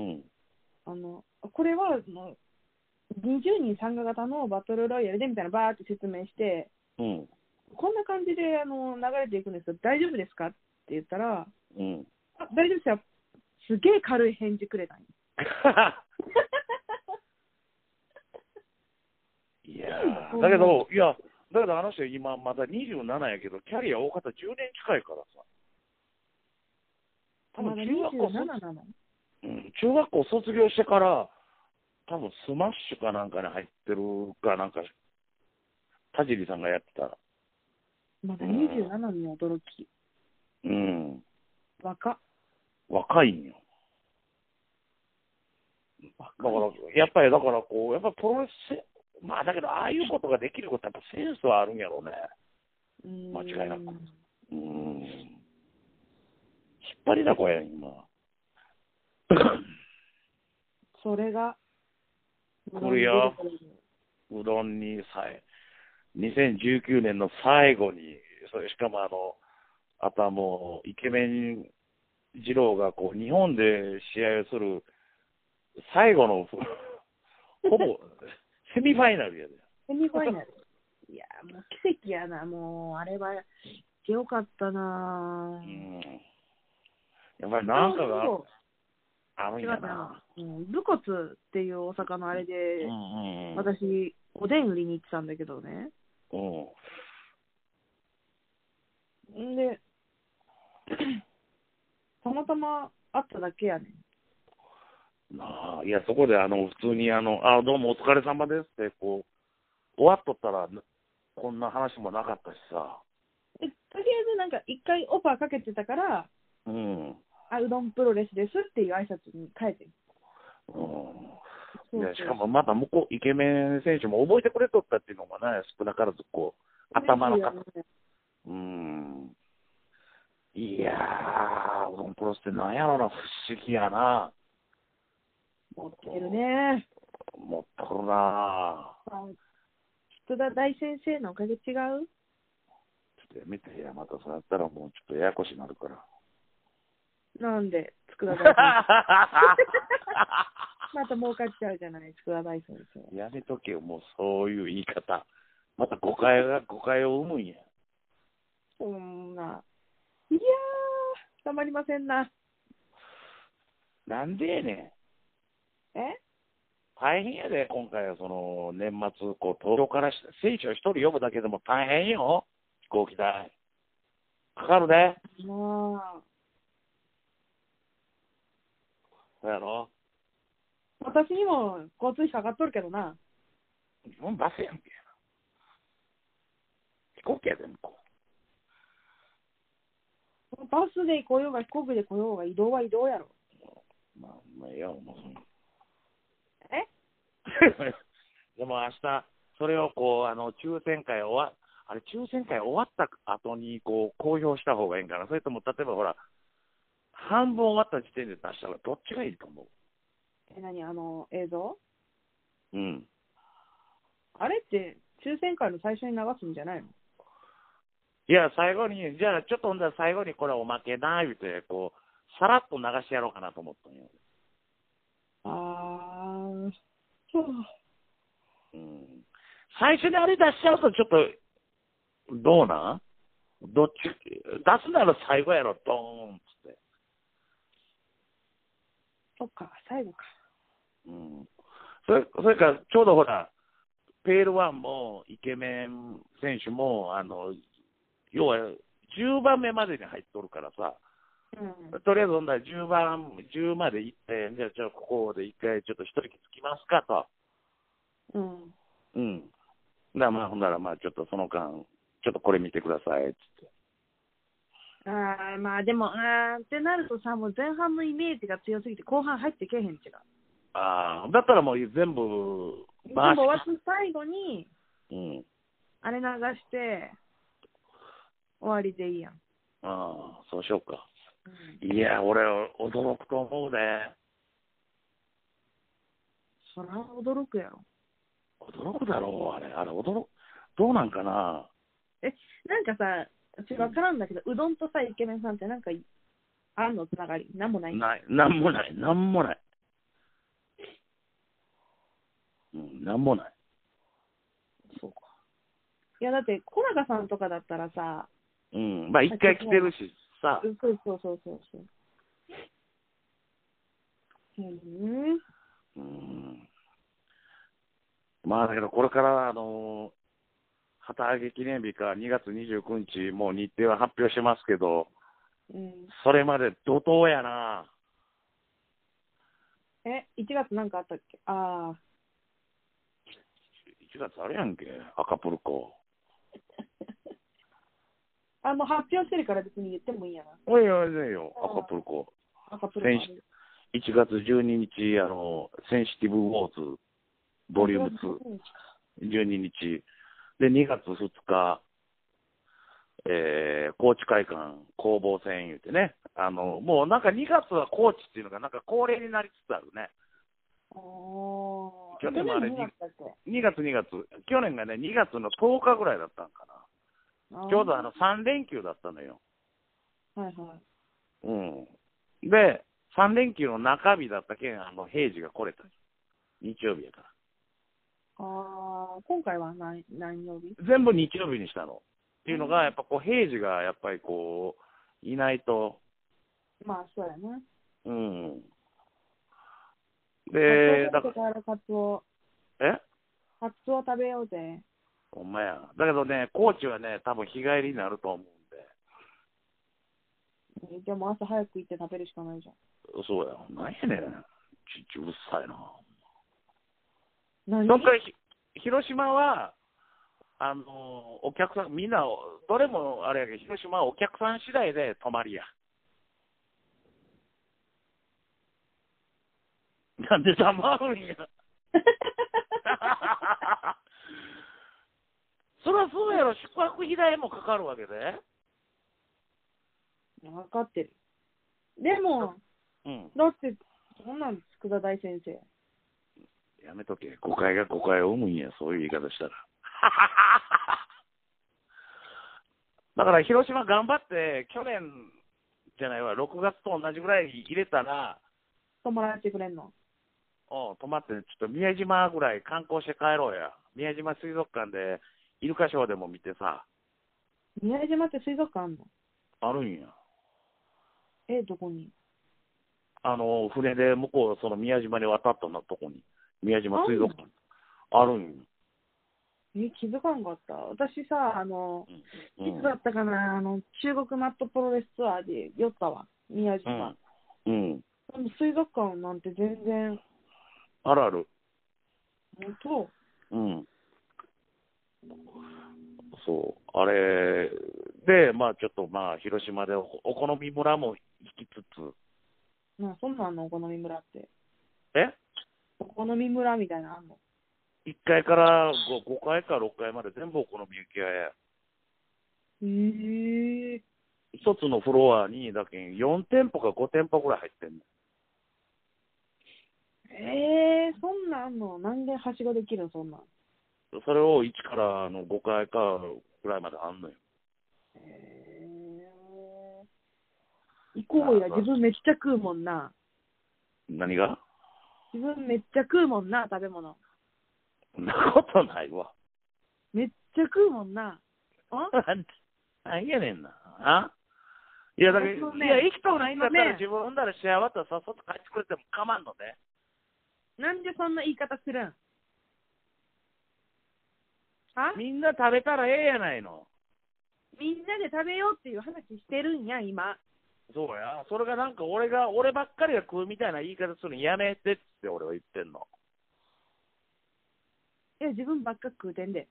これは20人参加型のバトルロイヤルでみたいなバーって説明して、こんな感じで流れていくんですよ、大丈夫ですかって言ったら、大丈夫ですよ、すげえ軽い返事くれたんよ。 いやだけど、あの人今まだ27やけど、キャリア大方10年近いからさ。多分中学校卒業してから、多分スマッシュかなんかに入ってるかなんか、田尻さんがやってたら。 まだ27に驚き。 若いんよ。だから、やっぱりプロレス、まあだけど、ああいうことができることはやっぱセンスはあるんやろうね。間違いなく。引っ張りだこや、今。 それが、 来るよ。うどんに2019年の最後に、しかもあとはもう、イケメン二郎が日本で試合をする最後の、ほぼ、セミファイナルやで。 セミファイナル。いや、もう奇跡やな、もう、あれは、よかったな。 やっぱりなんかがあるんやな。 武骨っていう大阪のあれで、私、おでん売りに行ってたんだけどね。で、たまたま会っただけやねん。 いや、そこで普通にどうもお疲れ様ですって終わっとったらこんな話もなかったしさ。 とりあえずなんか一回オファーかけてたから、うどんプロレスですっていう挨拶に変えて。 しかもまた向こうイケメン選手も覚えてくれとったっていうのがね、少なからず頭の中。いやー、うどんプロレスってなんやろな、不思議やな。 持ってるね。 持っとるな。 津田大先生のおかげ違う？ ちょっとやめてや、またそうやったらもうちょっとややこしになるから。 なんで、津田大先生。また儲かっちゃうじゃない、津田大先生。 やめとけよ、もうそういう言い方。また誤解を生むんや。 そんな。いやー、たまりませんな。 なんでやねん。大変やで、今回は年末、東京から選手を一人呼ぶだけでも大変よ、飛行機代。かかるで。 まあ。 そうやろ。 私にも交通費かかっとるけどな。 バスやんけ。飛行機やで、向こう。バスで来ようが飛行機で来ようが移動は移動やろ。 まあ、いや、もうでも明日、それを抽選会抽選会終わった後に公表した方がいいんかな。それとも、例えばほら、半分終わった時点で出したらどっちがいいと思う？ 何映像？ うん。 あれって抽選会の最初に流すんじゃないの？ いや、最後に、じゃあちょっとほんだら最後にこれおまけな、言うて、さらっと流してやろうかなと思ったんよ。最初にあれ出しちゃうとちょっと、どうなん？どっち、出すなら最後やろ、ドーンっつって。 そっか、最後か。 それから、ちょうどほら、ペールワンもイケメン選手も、要は10番目までに入っとるからさ、 とりあえず、ほんだら10まで行って、じゃあ、ここで一回、ちょっと一息つきますかと。うん。だからまあ、ほんだら、まあ、ちょっとその間、ちょっとこれ見てください、つって。 まあ、でも、ってなるとさ、もう前半のイメージが強すぎて、後半入ってけえへん違う。 だったらもう全部終わった最後に、あれ流して、終わりでいいやん。 そうしようか。いや、俺、驚くと思うね。 そら驚くやろ。 驚くだろう、あれ、どうなんかな。 なんかさ、私分からんだけど、うどんとさ、イケメンさんってなんか、あんのつながりなんもない。 なんもない。なんもない。 そうか。いや、だって、小中さんとかだったらさ、 まあ、一回来てるしさ。 そう。 まあ、だけど、これから、旗揚げ記念日か2月29日、もう日程は発表してますけど、それまで怒涛やな。 1月なんかあったっけ 1月あれやんけ、アカプルコ。 もう発表してるから別に言ってもいいやな。 おい、アカプルコ。1月12日、センシティブウォーズ、ボリューム2、12日。で、2月2日、高知会館攻防戦言うてね。もうなんか2月は高知っていうのがなんか恒例になりつつあるね。去年もあれ2月。去年がね、2月の10日ぐらいだったんかな。ちょうど3連休だったのよ。で、3連休の中日だったけん、平時が来れた。日曜日やから。 今回は何曜日？ 全部日曜日にしたの。っていうのが、やっぱこう、平時がやっぱりこう、いないと。 まあ、そうやな。 で、 だから、カツオ食べようぜ。 ほんまや。だけどね、高知はね、多分日帰りになると思うんで。じゃあもう朝早く行って食べるしかないじゃん。 そうや。なんやねん。うるさいな。 何？ そっから広島は、お客さん、みんな、どれもあれやけど、広島はお客さん次第で泊まりや。なんで黙るんや。そりゃそうやろ、宿泊費代もかかるわけで。 分かってる。でも、だって、そんなん佃大先生。 やめとけ。誤解を生むんや、そういう言い方したら。だから広島頑張って、去年じゃないわ、6月と同じぐらいに入れたら、 泊まらせてくれんの？ 泊まって、ちょっと宮島ぐらい観光して帰ろうや。宮島水族館で、イルカショーでも見てさ。 宮島って水族館あんの？ あるんや。 どこに？ 船で向こう、その宮島に渡ったのとこに、宮島水族館あるんや。 気づかんかった。私さ、いつだったかな、中国マットプロレスツアーで寄ったわ、宮島。水族館なんて全然。 ある。 本当？ そう。あれで、まあちょっとまあ広島でお好み村も行きつつ。 そんなんのお好み村って。お好み村みたいなのあんの ？1階から5階か6階まで全部お好み焼き屋や。一つのフロアにだけ4店舗か5店舗ぐらい入ってんの。 そんなんあんの？なんではしごできるのそんなん？ それを1から5階かぐらいまであんのよ。 行こうや、自分めっちゃ食うもんな。 何が？ 自分めっちゃ食うもんな、食べ物。 そんなことないわ。 めっちゃ食うもんな。 なんやねんな。いや、だから、いや、行きとないんだったら自分なら幸せとさっさと帰ってくれても構わんのね。 なんでそんな言い方するん？ みんな食べたらええやないの。 みんなで食べようっていう話してるんや、今。 そうや。それがなんか俺ばっかりが食うみたいな言い方するのやめてって俺は言ってんの。 いや、自分ばっか食うてんで。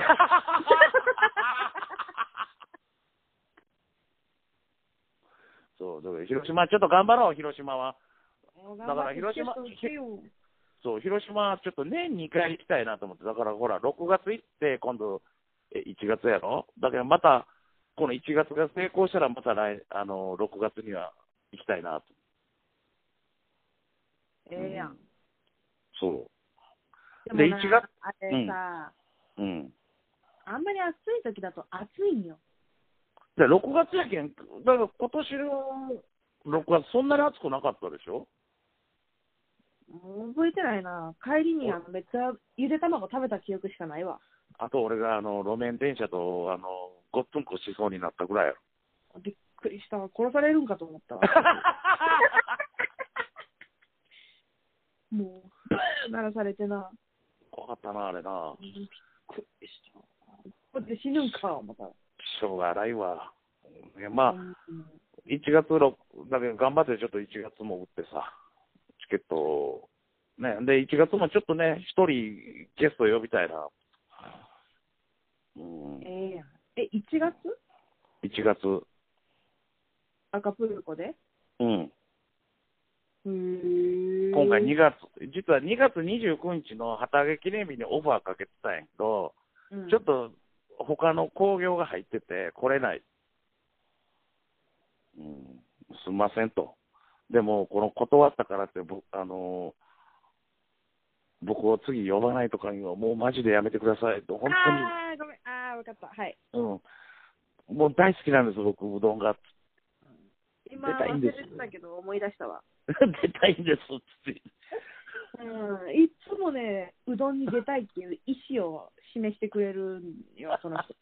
そう、だから広島ちょっと頑張ろう、広島は。だから広島、そう、広島ちょっと年2回行きたいなと思って、だからほら、6月行って、今度、1月やろ。だけどまた、この1月が成功したら、また6月には行きたいなと。 ええやん。 そう。 で、 1月、 あれさ、あんまり暑い時だと暑いんよ。 で、6月やけん、だから今年の6月、そんなに暑くなかったでしょ。 覚えてないな。帰りにめっちゃゆで卵食べた記憶しかないわ。 あと俺が路面電車とごっつんこしそうになったぐらいやろ。 びっくりしたわ。殺されるんかと思ったわ。もう、ブー鳴らされてな。 怖かったな、あれな。 びっくりした。ここで死ぬんか、思ったら。 しょうがないわ。まあ、1月だけど頑張ってちょっと1月も売ってさ、チケットをね、で、1月もちょっとね、1人ゲスト呼びたいな。 1月 ?1 月。 アカプルコで今回2月、実は2月29日の旗揚げ記念日にオファーかけてたんやけど、ちょっと他の興行が入ってて来れない。すんませんと。でも、この断ったからって僕を次呼ばないとかにはもうマジでやめてくださいと、本当に。 ごめん。分かった。はい。 もう大好きなんです、僕、うどんが。 今、忘れてたけど、思い出したわ。 出たいんですって。 いつもね、うどんに出たいっていう意思を示してくれるんよ、その人。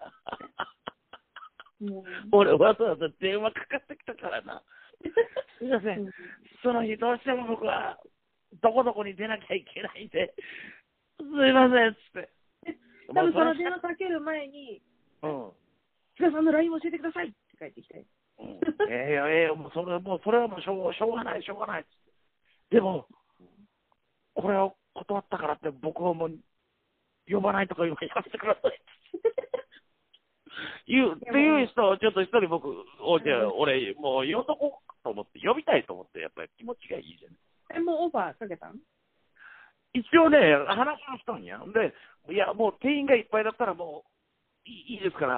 俺、わざわざ電話かかってきたからな。すいません、その日どうしても僕は、どこどこに出なきゃいけないんで、すいませんっつって。 多分その電話かける前に、菅さんの LINE 教えてくださいって帰ってきて。 もうそれはもうしょうがないっつって。でも、これを断ったからって僕をもう呼ばないとか言うのやめてくださいっていう人をちょっと一人僕、俺、もう呼んどこうと思って、呼びたいと思って、やっぱり気持ちがいいじゃん。 もうオファーかけたん？ 一応ね、話をしたんや。で、いや、もう定員がいっぱいだったらもういいですから、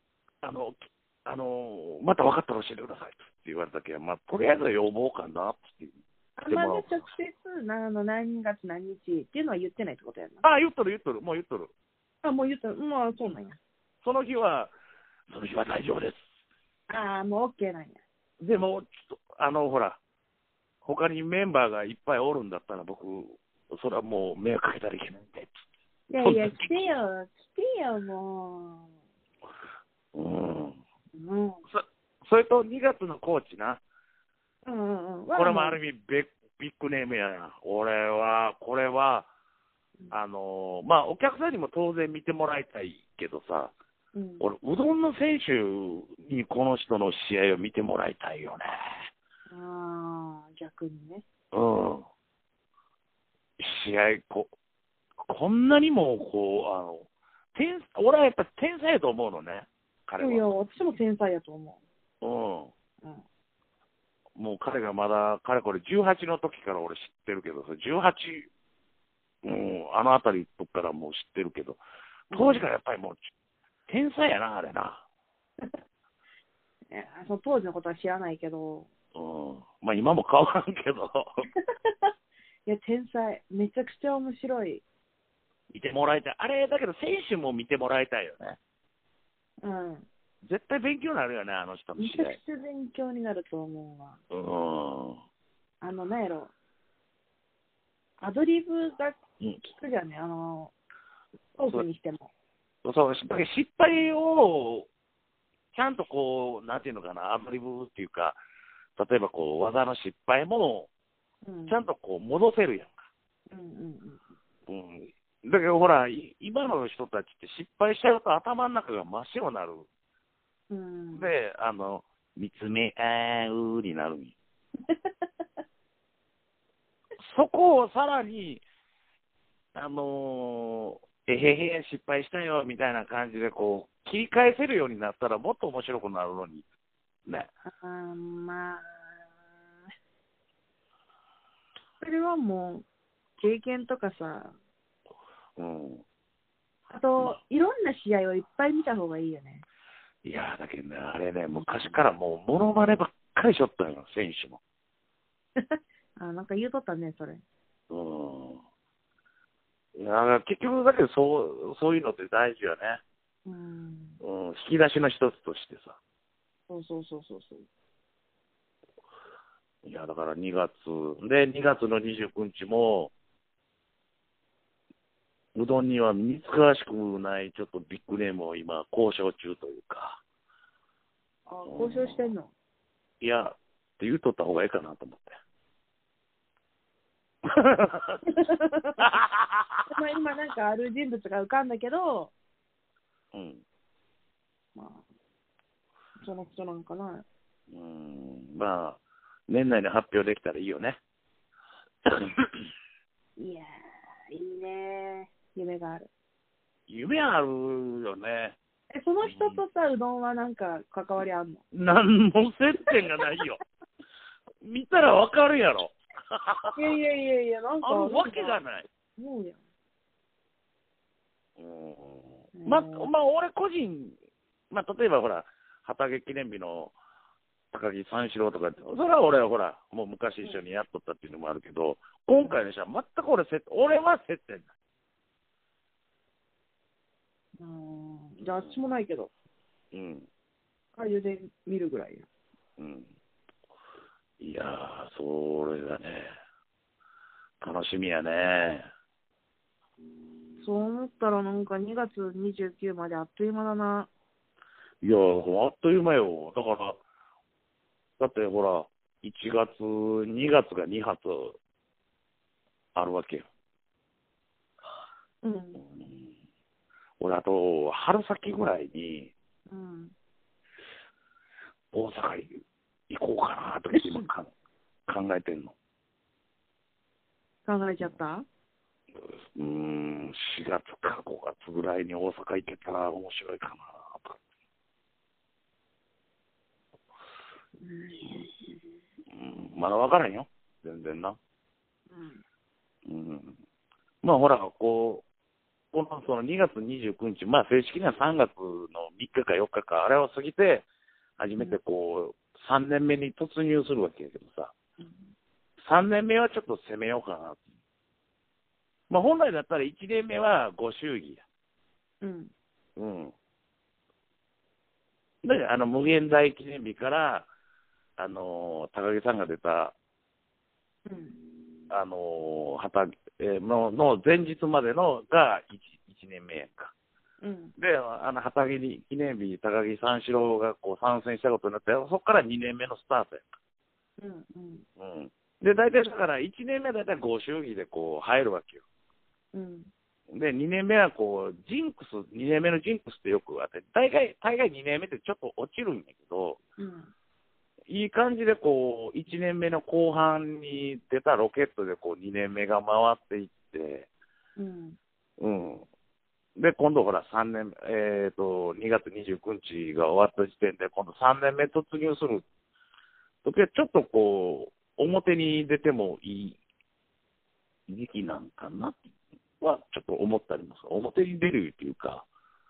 また分かったら教えてくださいって言われたけど、まあ、とりあえず呼ぼうかなってまだ直接何月何日っていうのは言ってないってことやな。 言っとる、もう言っとる。 もう言っとる。まあ、そうなんや。 その日は大丈夫です。 もう OK なんや。 でも、ちょっと、ほら、他にメンバーがいっぱいおるんだったら、僕、それはもう迷惑かけたらいけないんで。 いや、来てよ、もう。 それと2月のコーチな。これもある意味ビッグネームやな。これは、まあ、お客さんにも当然見てもらいたいけどさ、俺、うどんの選手にこの人の試合を見てもらいたいよね。 逆にね。 試合、こんなにも、俺はやっぱ天才やと思うのね、彼は。 いや、私も天才やと思う。 もう彼がまだ、かれこれ18の時から俺知ってるけど、18、あの辺りとからもう知ってるけど、当時からやっぱりもう、天才やな、あれな。 その当時のことは知らないけど。 まあ今も変わらんけど。 いや、天才。めちゃくちゃ面白い。 見てもらいたい。あれ、だけど選手も見てもらいたいよね。絶対勉強になるよね、あの人の試合。 めちゃくちゃ勉強になると思うわ。なんやろ。アドリブが聞くじゃんね、トークにしても。 失敗を、ちゃんとなんていうのかな、アドリブっていうか、例えば技の失敗も、ちゃんと戻せるやんか。だけどほら、今の人たちって失敗しちゃうと頭の中が真っ白になる。で、 見つめ合うになるんよ。そこをさらに、えへへ、失敗したよ、みたいな感じで、こう、切り返せるようになったら、もっと面白くなるのに。ね。 まあ、それはもう、経験とかさ、 うん。 あと、いろんな試合をいっぱい見た方がいいよね。 いやだけどね、あれね、昔からもう、モノマネばっかりしょったよ、選手も。 なんか言うとったね、それ。 うん。いや、結局、だけど、そういうのって大事よね。うん。引き出しの一つとしてさ。 そう。 いや、だから2月、で、2月の29日も、うどんには似つかわしくない、ちょっとビッグネームを今、交渉中というか。 交渉してんの？ いや、って言うとった方がいいかなと思って。 今なんかある人物が浮かんだけど、 うん。 まあ、その人なんかな。 まあ、年内に発表できたらいいよね。 いやー、いいね。夢がある。 夢あるよね。 その人とさ、うどんはなんか関わりあんの？ 何も接点がないよ。見たらわかるやろ。 いや、なんか。 あるわけがない。 もうやん。 まあ、俺個人、まあ、例えばほら、旗揚げ記念日の高木三四郎とか、それは俺はほら、もう昔一緒にやっとったっていうのもあるけど、今回の人は全く俺は接点ない。 じゃあ、あっちもないけど。 うん。 あゆで見るぐらいや。 うん。いやー、それがね、楽しみやね。 そう思ったらなんか2月29まであっという間だな。 いやー、あっという間よ。だから、だってほら、1月、2月が2発あるわけよ。俺、あと、春先ぐらいに、大阪行こうかなと今考えてんの。 考えちゃった？ 4月か5月ぐらいに大阪行けたら面白いかなと。まだ分からんよ。全然な。まあほら、その2月29日、まあ正式には3月の3日か4日か、あれを過ぎて、初めて3年目に突入するわけやけどさ、3年目はちょっと攻めようかな。まあ本来だったら1年目はご祝儀や。で、無限大記念日から、高木さんが出た、の前日までのが 1年目やんか。で、旗揚げ記念日、高木三四郎が参戦したことになって、そこから2年目のスタートやんか。で、大体だから1年目は大体ご祝儀で入るわけよ。で、2年目は2年目のジンクスってよくあって、大概2年目ってちょっと落ちるんだけど、いい感じで1年目の後半に出たロケットで2年目が回っていって、で、今度ほら2月29日が終わった時点で、今度3年目突入する時はちょっと表に出てもいい時期なんかなはちょっと思ったりもする。表に出るっていうか、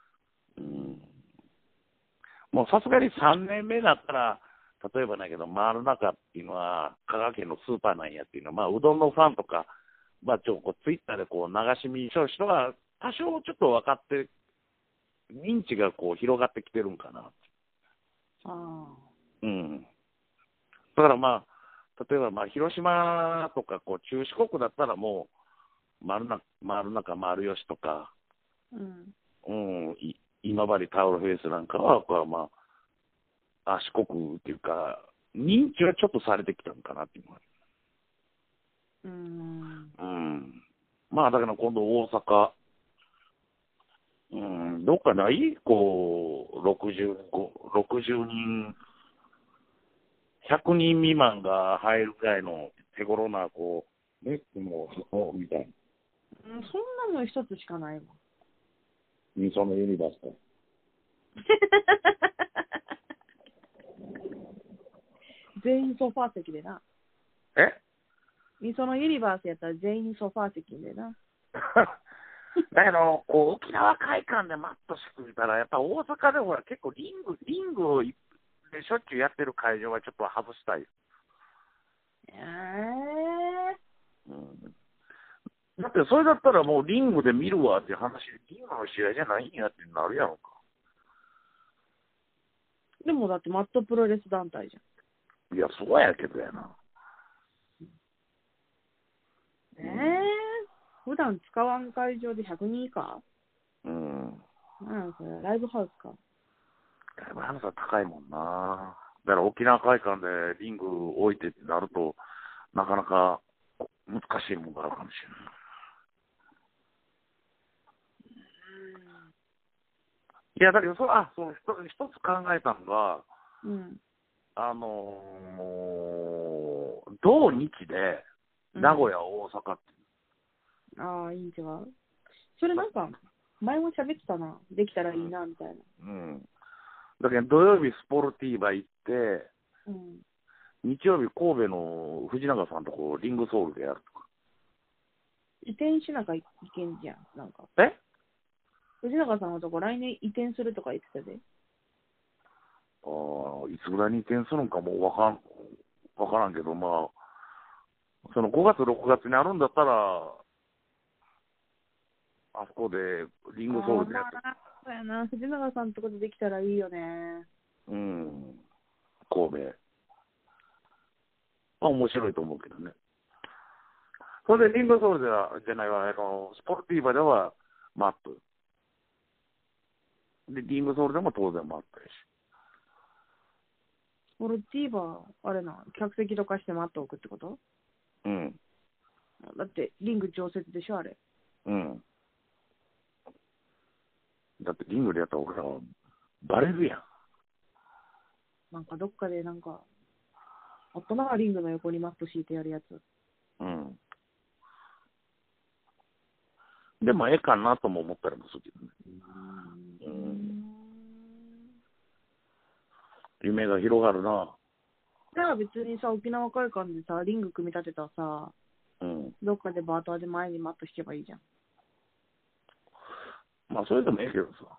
もうさすがに3年目だったら、例えばだけど、回る中っていうのは、香川県のスーパーなんやっていうのは、まあ、うどんのファンとか、まあ、ツイッターで流し見しよう人が、多少ちょっと分かって、認知が広がってきてるんかな。だからまあ、例えばまあ、広島とか、中四国だったらもう、回る中、回るよしとか、今治タオルフェイスなんかは、まあ、四国っていうか、認知はちょっとされてきたのかなっていうのは。まあ、だから今度大阪、どっかない？60人 100人未満が入るぐらいの手頃な、こう、ね、もう、みたいな。 そんなの一つしかないもん。 ミソのユニバースか。 全員ソファー席でな。 えミソのユニバースやったら全員ソファー席でな。 だけど、こう、沖縄会館でマット敷いたら、やっぱ大阪でほら、結構リングをでしょっちゅうやってる会場はちょっと外したい。うん、だって、それだったらもうリングで見るわっていう話、リングの試合じゃないんやってなるやろか。 でもだってマットプロレス団体じいや、そうやけどやな。 普段使わん会場で100人以下？ うん。 それライブハウスか。 ライブハウスは高いもんな。だから沖縄会館でリング置いてってなると、なかなか難しいもんがあるかもしれない。いや、だけど、その一つ考えたのが、同日で、名古屋、大阪って。 ああ、いいん違う。それなんか、前も喋ってたな。できたらいいな、みたいな。 うん。だけど、土曜日スポルティーバ行って、日曜日神戸の藤永さんとこリングソウルでやるとか。 移転しなきゃいけんじゃん、なんか。藤永さんのとこ来年移転するとか言ってたで。 いつぐらいに移転するんかもわからんけど、まあ、その5月、6月にあるんだったら、あそこでリングソウルでやって。 そうやな、藤永さんのとこでできたらいいよね。 うん、神戸。面白いと思うけどね。それでリングソウルじゃないわ、スポルティーバではマット。で、リングソウルでも当然マットやし。 スポルティーバ、あれな、客席とかしてマット置くってこと？ うん。 だって、リング常設でしょ、あれ。 うん。だってリングでやったら俺らはバレるやん。 なんかどっかでなんか、大人がリングの横にマット敷いてやるやつ。 うん。でもええかなとも思ったりもするけどね。夢が広がるな。 だから別にさ、沖縄会館でさ、リング組み立てたらさ、どっかでバーターで前にマット引けばいいじゃん。 まあ、それでもええけどさ。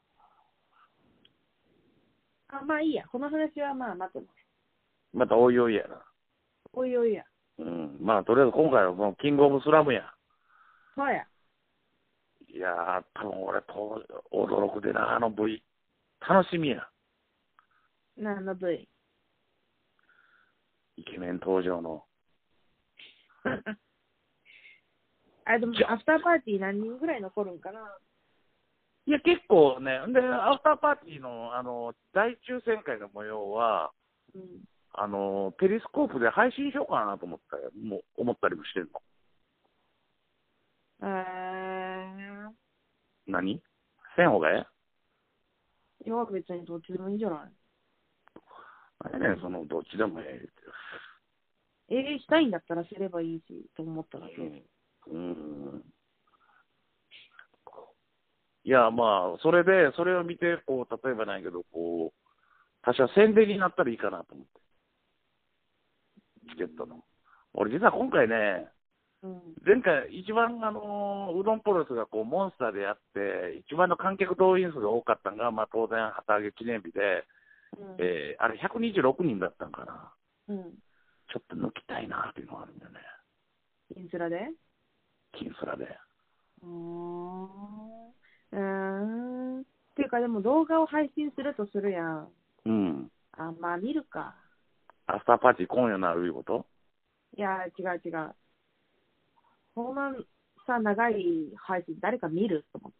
まあいいや。この話はまあ待ってます。 またおいおいやな。 おいおいや。 まあ、とりあえず今回はこのキングオブスラムや。 そうや。 いやー、多分俺驚くでな、あの V。楽しみや。 何の V？ イケメン登場の。 でもアフターパーティー何人ぐらい残るんかな？ いや、結構ね。で、アフターパーティーの、大抽選会の模様は、ペリスコープで配信しようかなと思ったりもしてるの。何せんほうがえいや、別にどっちでもいいんじゃない？ どっちでもええ。したいんだったらすればいいし、と思っただけ。 いや、まあ、それを見て、こう、例えばないけど、こう、他社宣伝になったらいいかなと思って。チケットの。俺、実は今回ね、前回、一番、うどんプロレスがこう、モンスターでやって、一番の観客動員数が多かったのが、まあ、当然、旗揚げ記念日で、あれ、126人だったんかな。ちょっと抜きたいなっていうのがあるんだよね。 金スラで。っていうか、でも動画を配信するとするやん。まあ見るか。 アフターパーティー今夜なるいうこと？ いや、違う。そんなさ、長い配信誰か見ると思って。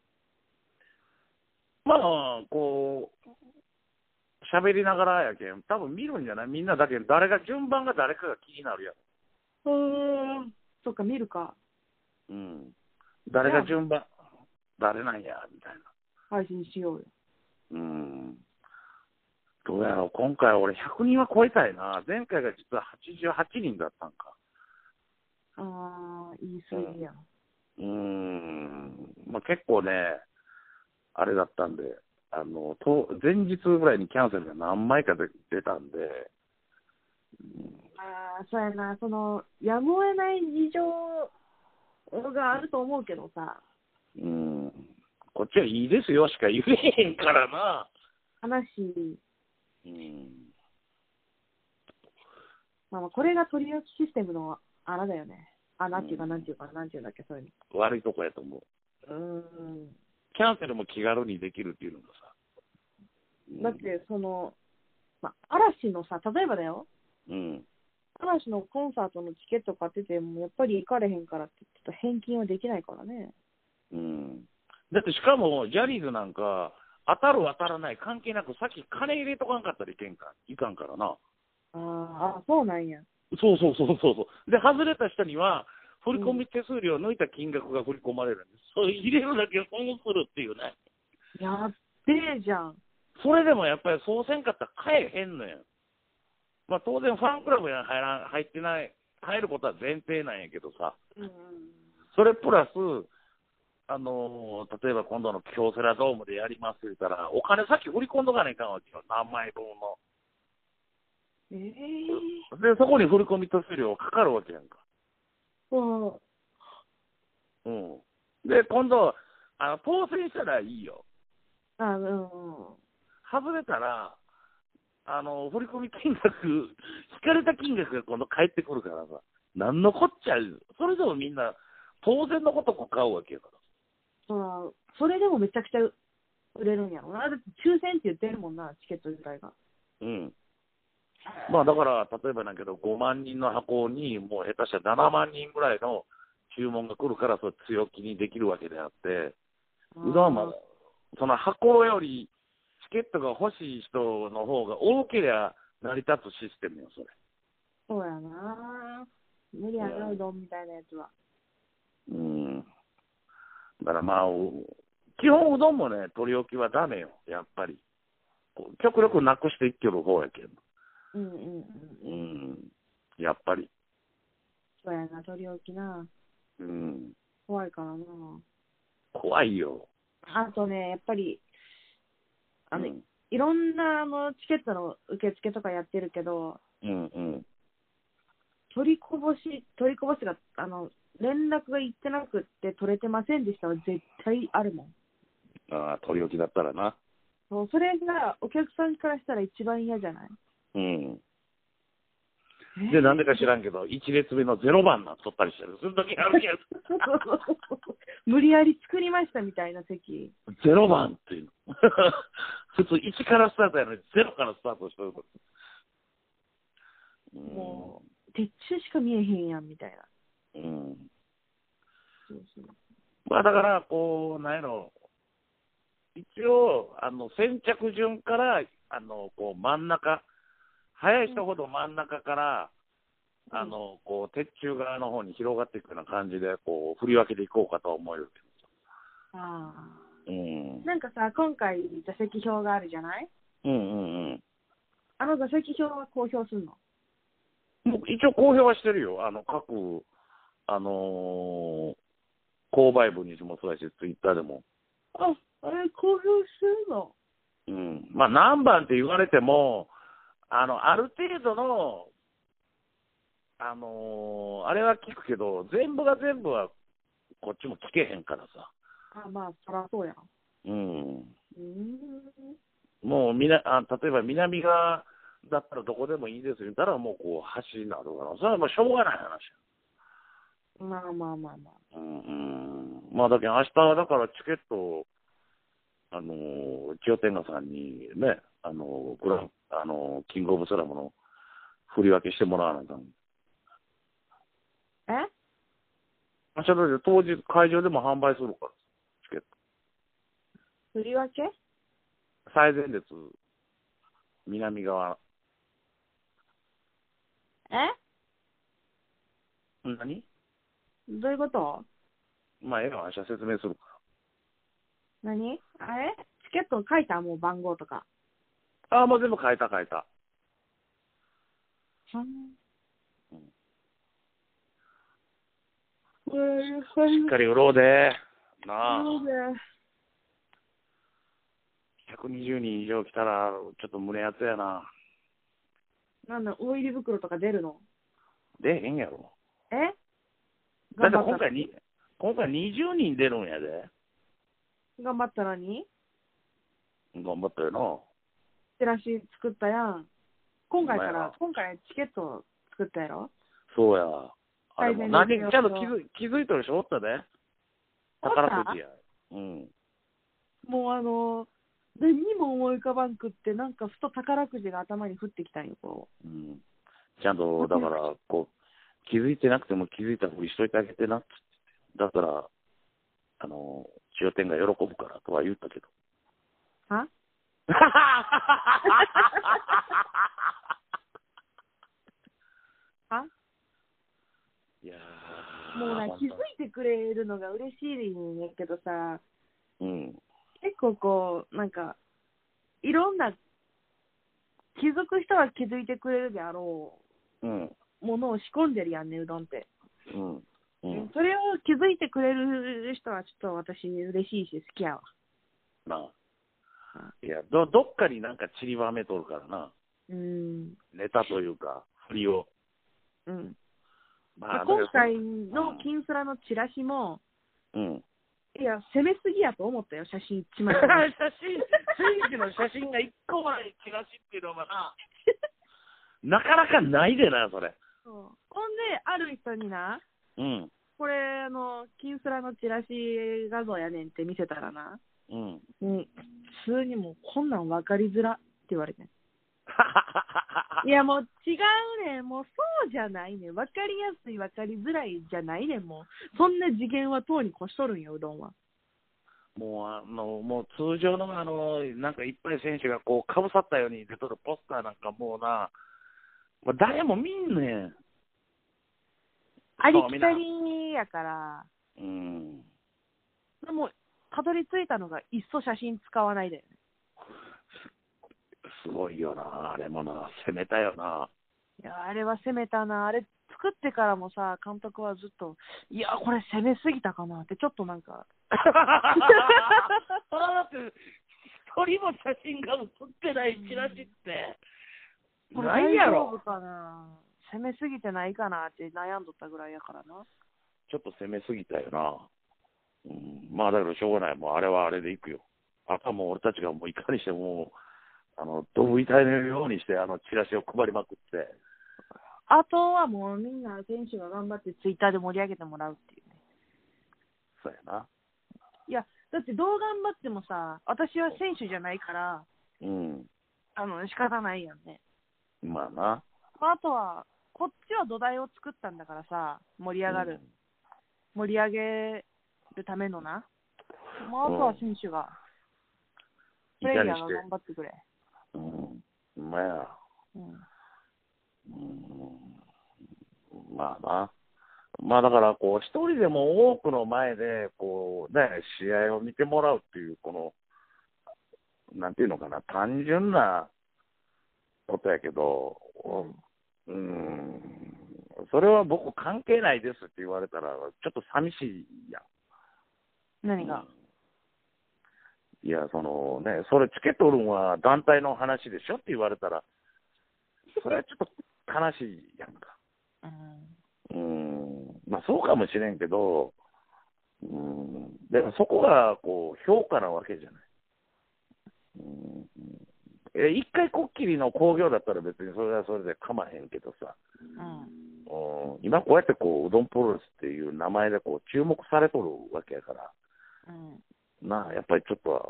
まあ、こう、喋りながらやけん、多分見るんじゃない？みんなだけど、順番が誰かが気になるやろ。 そっか、見るか。 誰が順番、誰なんや、みたいな。 配信しようよ。 どうやろう、今回俺100人は超えたいな。前回が実は88人だったんか。 ああ、言い過ぎや。 まあ、結構ね、あれだったんで、前日ぐらいにキャンセルが何枚か出たんで、 ああ、そうやな、やむを得ない事情があると思うけどさ。 こっちはいいですよしか言えへんからな。 話。まあ、これが取り置きシステムの穴だよね。穴っていうか、なんていうんだっけ、そういうの。 悪いとこやと思う。キャンセルも気軽にできるっていうのがさ。 だって、まあ、嵐のさ、例えばだよ。嵐のコンサートのチケット買ってても、やっぱり行かれへんからって、ちょっと返金はできないからね。 だってしかも、ジャニーズなんか、当たる当たらない関係なく、さっき金入れとかんかったらいかんからな。 そうなんや。 そう。で、外れた人には、振込手数料を抜いた金額が振り込まれるんです。それ入れるだけ損するっていうね。 やっべえじゃん。 それでもやっぱりそうせんかったら買えへんのやん。まあ当然ファンクラブに入ってない、入ることは前提なんやけどさ。それプラス、例えば今度の京セラドームでやりますって言ったら、お金さっき振り込んどかないかんわけよ。何枚分の。で、そこに振り込み手数料かかるわけやんか。で、今度、当選したらいいよ。外れたら、振り込み金額、引かれた金額が今度返ってくるからさ、なんのこっちゃ、それでもみんな、当然のこと買うわけやから。 それでもめちゃくちゃ売れるんやろな。だって抽選って言ってるもんな、チケット自体が。 まあだから、例えばだけど、5万人の箱に、もう下手したら7万人ぐらいの注文が来るから、それ強気にできるわけであって、うどんはその箱よりチケットが欲しい人の方が多ければ成り立つシステムよ、それ。 そうやな。無理やな、うどんみたいなやつは。 だからまあ、基本うどんもね、取り置きはダメよ、やっぱり。極力なくしていってる方やけど。やっぱり。 そうやな、取り置きな。怖いからな。 怖いよ。 あとね、やっぱり、いろんなチケットの受付とかやってるけど、取りこぼしが、連絡がいってなくって取れてませんでしたは絶対あるもん。 取り置きだったらな。 それがお客さんからしたら一番嫌じゃない？ で、なんでか知らんけど、1列目の0番な取ったりしてる。その時あるやつ。 無理やり作りましたみたいな席。 0番っていう。普通1からスタートやのに0からスタートしてると。 もう、鉄柱しか見えへんやんみたいな。 まあだから、こう、なんやろ、一応、先着順から、こう、真ん中、早い人ほど真ん中から、こう、鉄柱側の方に広がっていくような感じで、こう、振り分けていこうかとは思うよけど。 なんかさ、今回座席表があるじゃない？座席表は公表するの？ 一応公表はしてるよ。各、購買部にもそうだし、ツイッターでも。 あれ公表するの？ まあ、何番って言われても、ある程度の、あれは聞くけど、全部が全部はこっちも聞けへんからさ。 まあ、そらそうや。 もう例えば南側だったらどこでもいいですよ言ったら、もうこう橋になるから、それはもうしょうがない話や。まあだけど明日はだからチケットを、千代天下さんにね、キングオブスラムの振り分けしてもらわないと。明日だって当日会場でも販売するから、チケット。 振り分け？ 最前列、南側。何？ どういうこと？ まあ、明日説明するから。何？チケット書いた？もう番号とか。 ああ、もう全部変えた。しっかり売ろうで。なあ。120人以上来たら、ちょっと胸熱やな。 なんだ、大入り袋とか出るの？ 出へんやろ。 え？ だって今回20人出るんやで。 頑張ったのに？ 頑張ったよな。 チラシ作ったやん。今回チケット作ったやろ？ そうや。あれもちゃんと気づいてる人おったで。宝くじや。うん。 もう何にも思い浮かばんくって、なんかふと宝くじが頭に降ってきたんよ、こう。 うん。ちゃんと、だから、こう、気づいてなくても気づいたふりしといてあげてなって。だったら、千代天が喜ぶからとは言ったけど。 ははいやもうな、気づいてくれるのが嬉しいんやけどさ、 うん。 結構こう、なんか、いろんな、気づく人は気づいてくれるであろう、ものを仕込んでるやんね、うどんって。それを気づいてくれる人はちょっと私嬉しいし好きやわ。 なあ。いや、どっかになんか散りばめとるからな。ネタというか、振りを。 まあ、今回の金スラのチラシも、いや、攻めすぎやと思ったよ、写真1枚。 選手の写真が1個もないチラシっていうのはなかなかないでな、それ。 ほんで、ある人にな、これ、金スラのチラシ画像やねんって見せたらな、普通にもう、こんなん分かりづらって言われて。いや、もう違うねん。もうそうじゃないねん。分かりやすい、分かりづらいじゃないねん。もう、そんな次元はとうに越しとるんよ、うどんは。 もう通常のなんかいっぱい選手がこう、かぶさったように出とるポスターなんかもうな、誰も見んねん。 ありきたりやから。でも、たどり着いたのが、いっそ写真使わないで。 すごいよな、あれもな、攻めたよな。 いや、あれは攻めたな。あれ作ってからもさ、監督はずっと、いや、これ攻めすぎたかなって、ちょっとなんか。だって、一人も写真が写ってないチラシって、ないやろ。 大丈夫かな。攻めすぎてないかなって悩んどったぐらいやからな。 ちょっと攻めすぎたよな。まあだけどしょうがない。もうあれはあれでいくよ。あとはもう俺たちがもういかにしても、ドブ板のようにして、チラシを配りまくって。 あとはもうみんな選手が頑張ってツイッターで盛り上げてもらうっていうね。 そうやな。 いや、だってどう頑張ってもさ、私は選手じゃないから、仕方ないやんね。 まあな。 あとは、こっちは土台を作ったんだからさ、盛り上げるためのな。まあ、あとは選手が、プレイヤーが頑張ってくれ。 まあや。まあな。まあだから、こう、一人でも多くの前で、こう、ね、試合を見てもらうっていう、この、なんていうのかな、単純なことやけど、それは僕関係ないですって言われたら、ちょっと寂しいやん。 何が？ いや、それチケット売るんは団体の話でしょって言われたら、それはちょっと悲しいやんか。まあそうかもしれんけど、でもそこがこう評価なわけじゃない。一回こっきりの興行だったら別にそれはそれで構へんけどさ、今こうやってこううどんプロレスっていう名前でこう注目されとるわけやから、やっぱりちょっとは、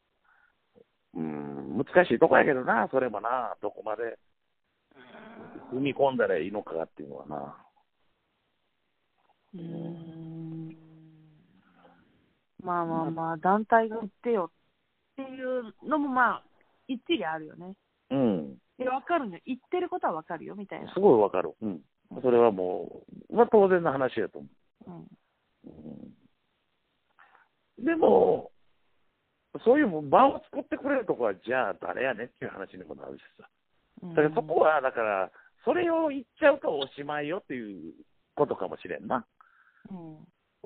難しいとこやけどな、それもな、どこまで踏み込んだらいいのかっていうのはな。 まあ、団体が売ってよっていうのもまあ、一理あるよね。わかるね。言ってることはわかるよ、みたいな。 すごいわかる。それはもう、当然の話やと思う。でも、 そういう場を作ってくれるとこは、じゃあ誰やねんっていう話にもなるしさ。だからそこは、だから、それを言っちゃうとおしまいよっていうことかもしれんな。うん。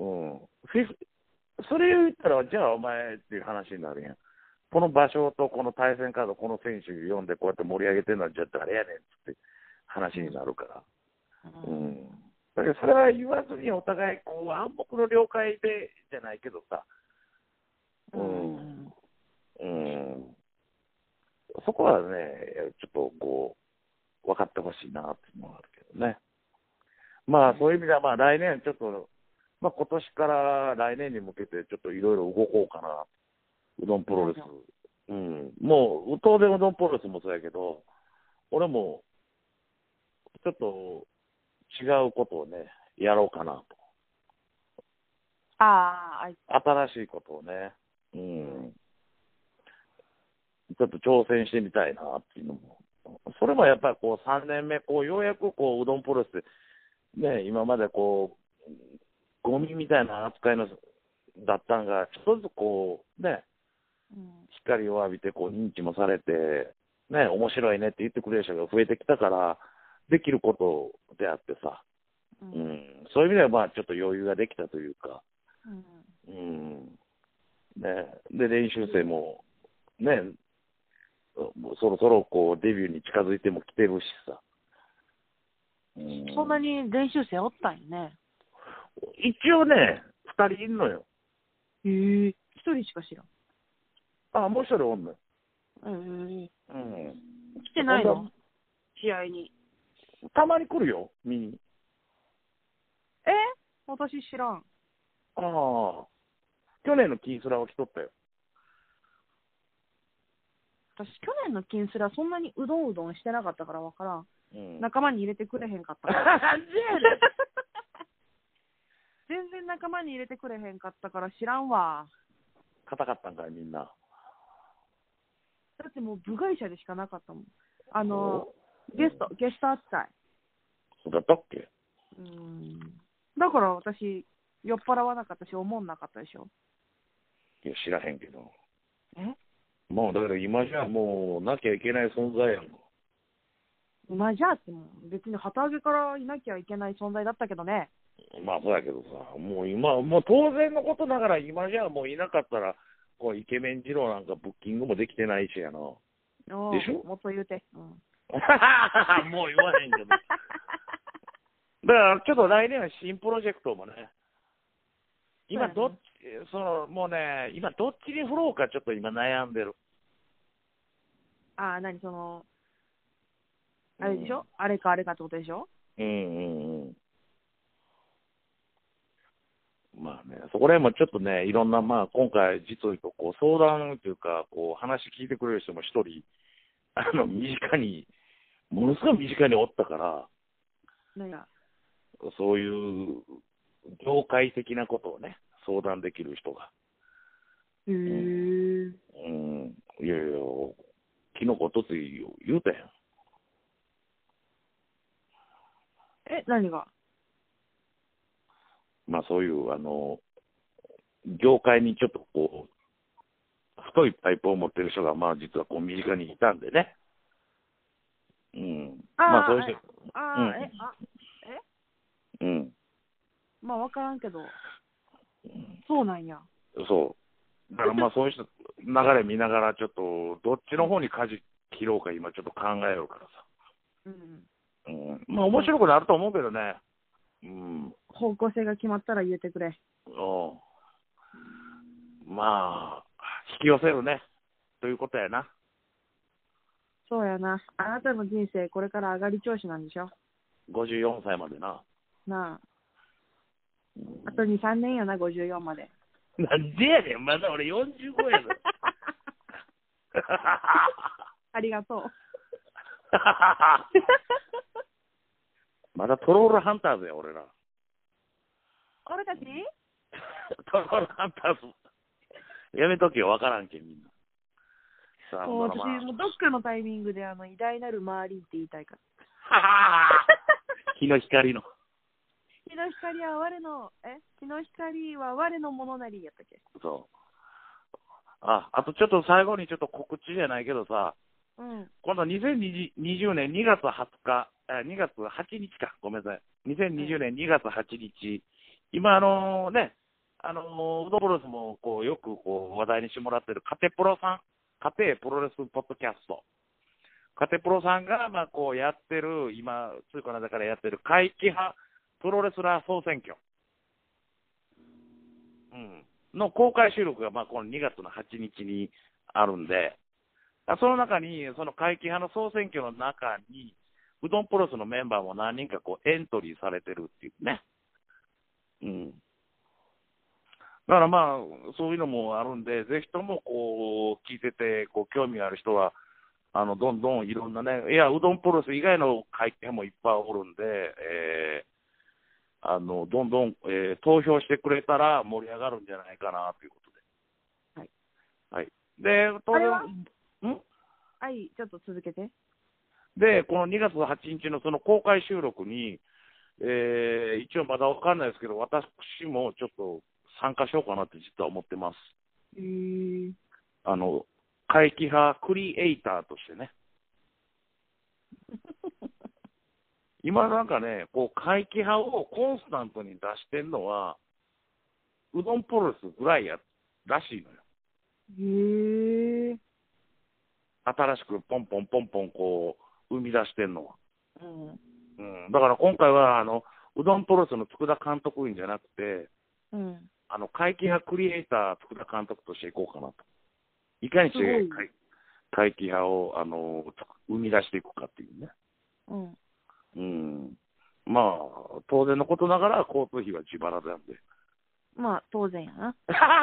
それを言ったら、じゃあお前っていう話になるやん。この場所とこの対戦カード、この選手読んでこうやって盛り上げてるのは、じゃあ誰やねんって話になるから。だからそれは言わずにお互い、こう、暗黙の了解でじゃないけどさ。そこはね、ちょっとこう、分かってほしいなっていうのがあるけどね。まあ、そういう意味では、まあ、来年、ちょっと、まあ、今年から来年に向けて、ちょっといろいろ動こうかな。うどんプロレス。もう、当然うどんプロレスもそうやけど、俺も、ちょっと違うことをね、やろうかなと。新しいことをね。ちょっと挑戦してみたいなっていうのも。それもやっぱりこう3年目、こうようやくこううどんプロレスで、ね、今までこう、ゴミみたいな扱いのだったんが、ちょっとずつこう、ね、光を浴びてこう認知もされて、ね、面白いねって言ってくれる人が増えてきたから、できることであってさ、そういう意味ではまあちょっと余裕ができたというか、ね、で、練習生も、ね、そろそろこうデビューに近づいても来てるしさ。 そんなに練習生おったんよね。 一応ね、2人いるのよ。 1人しか知らん。 あ、もう1人おんのよ。 来てないの試合に。 たまに来るよ、見に。 私知らん。 去年のキンスラは来とったよ。 私、去年の金スラそんなにうどんしてなかったから分からん。仲間に入れてくれへんかったから。全然仲間に入れてくれへんかったから知らんわ。 硬かったんかい、みんな。 だってもう部外者でしかなかったもん。ゲスト扱い。 そうだったっけ？ だから私、酔っ払わなかったし、思んなかったでしょ。 いや、知らへんけど。もうだから今じゃもうなきゃいけない存在やん。 今じゃっても別に旗揚げからいなきゃいけない存在だったけどね。 まあそうやけどさ、もう今、もう当然のことながら今じゃもういなかったら、こうイケメン二郎なんかブッキングもできてないしやな。でしょ？ もっと言うて。もう言わへんけど。だからちょっと来年は新プロジェクトもね、今どっち、もうね、今どっちに振ろうかちょっと今悩んでる。 あれでしょ、あれかってことでしょ。 まあね、そこら辺もちょっとね、いろんな、まあ今回実を言うと、こう相談というか、こう話聞いてくれる人も一人、身近に、ものすごい身近におったから、そういう業界的なことをね、相談できる人が。いやいや、昨日おとつい言うたやん。 何が？ まあそういう、業界にちょっとこう、太いパイプを持ってる人が、まあ実はこう身近にいたんでね。まあそういう人。まあ分からんけど、そうなんや。 そう。だからまあそういう人、流れ見ながらちょっと、どっちの方に舵切ろうか今ちょっと考えようからさ。まあ面白くなると思うけどね。 方向性が決まったら言えてくれ。 まあ、引き寄せるね。ということやな。 そうやな。あなたの人生、これから上がり調子なんでしょ。 54歳までな。 なあ。あと2、3年やな、54まで。 なんでやねん、まだ俺45やぞ。 ありがとう。 まだトロールハンターズや、俺ら。 俺たちトロールハンターズ。やめとけよ、わからんけん、みんな。 さあ、私、もうどっかのタイミングで、偉大なるマーリンって言いたいから。 日の光の。 日の光は我のものなりやったっけ？ そう。 あとちょっと最後にちょっと告知じゃないけどさ、 うん。 今度2020年2月20日、2月8日か、ごめんなさい。2020年2月8日、今ね、ウドプロレスもこうよくこう話題にしてもらってるカテプロさん、家庭プロレスポッドキャスト。カテプロさんが、まあこうやってる、今、ついこの間からやってる怪奇派プロレスラー総選挙。うん。の公開収録が、まあこの2月の8日にあるんで、その中に、その怪奇派の総選挙の中に、うどんプロレスのメンバーも何人かこうエントリーされてるっていうね。うん。だからまあ、そういうのもあるんで、ぜひともこう、聞いてて、こう、興味がある人は、どんどんいろんなね、いや、うどんプロレス以外の会見もいっぱいおるんで、どんどん、投票してくれたら盛り上がるんじゃないかな、ということで。 はい。 はい。で、当然、 はい、ちょっと続けて。 で、この2月8日のその公開収録に、一応まだわかんないですけど、私もちょっと参加しようかなって実は思ってます。怪奇派クリエイターとしてね。今なんかね、こう怪奇派をコンスタントに出してるのは、うどんプロレスぐらいらしいのよ。新しくポンポンポンポンこう生み出してんのは。だから今回はうどんプロレスの佃監督員じゃなくて、怪奇派クリエイター佃監督としていこうかなと。いかにして怪奇派を生み出していくかっていうね。まあ、当然のことながら交通費は自腹なんで。 まあ、当然やな。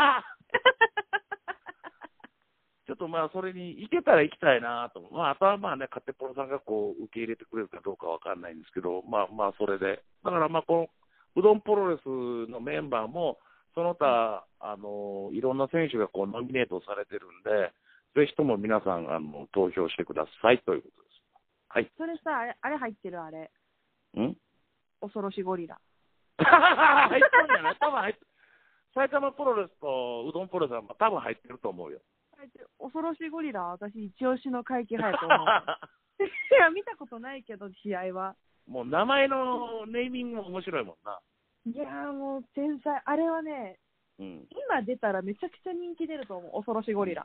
ちょっとまあ、それに行けたら行きたいなと。まあ、あとはまあね、カテプロさんがこう、受け入れてくれるかどうかわかんないんですけど、まあまあ、それで。だからまあ、この、うどんプロレスのメンバーも、その他、いろんな選手がこう、ノミネートされてるんで、ぜひとも皆さん、投票してくださいということです。はい。 それさ、あれ入ってるあれ。恐ろしゴリラ。 入ってるんじゃない？多分入ってる。埼玉プロレスとうどんプロレスは多分入ってると思うよ。 恐ろしゴリラは私一押しの怪奇派やと思う。いや、見たことないけど、試合は。 もう名前のネーミングも面白いもんな。 いやーもう天才。あれはね、今出たらめちゃくちゃ人気出ると思う、恐ろしゴリラ。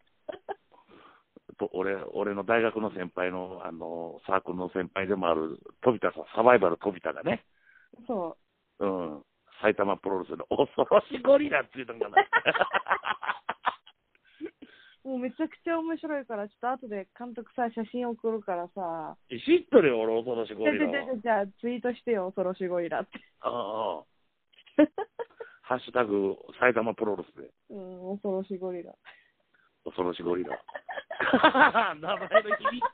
俺の大学の先輩の、サークルの先輩でもある飛田さん、サバイバル飛田がね。 そう。 埼玉プロレスの恐ろしゴリラっていうのかな。 もうめちゃくちゃ面白いから、ちょっと後で監督さ、写真送るからさ。 知ってるよ、俺、恐ろしゴリラ。 じゃあ、ツイートしてよ、恐ろしゴリラって。 ハッシュタグ、埼玉プロレスで。 恐ろしゴリラ。 恐ろしゴリラ。名前の響き。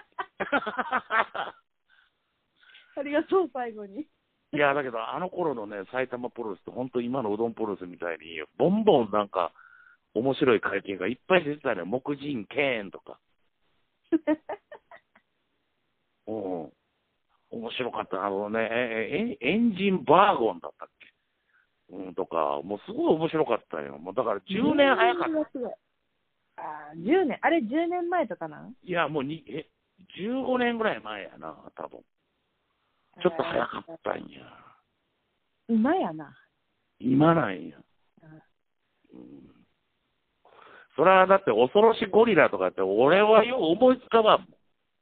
ありがとう、最後に。 いや、だけど、あの頃のね、埼玉プロレスって、本当今のうどんプロレスみたいに、ボンボンなんか、面白い会見がいっぱい出てたね。木人ケーンとか。面白かった。エンジンバーゴンだったっけ、とか、もうすごい面白かったよ。もうだから10年早かった。 10年あれ10年前とかな？ いや、もう15年ぐらい前やな、多分。ちょっと早かったんや。 今やな。 今なんや。それはだって恐ろしゴリラとかって俺はよう思いつかばん。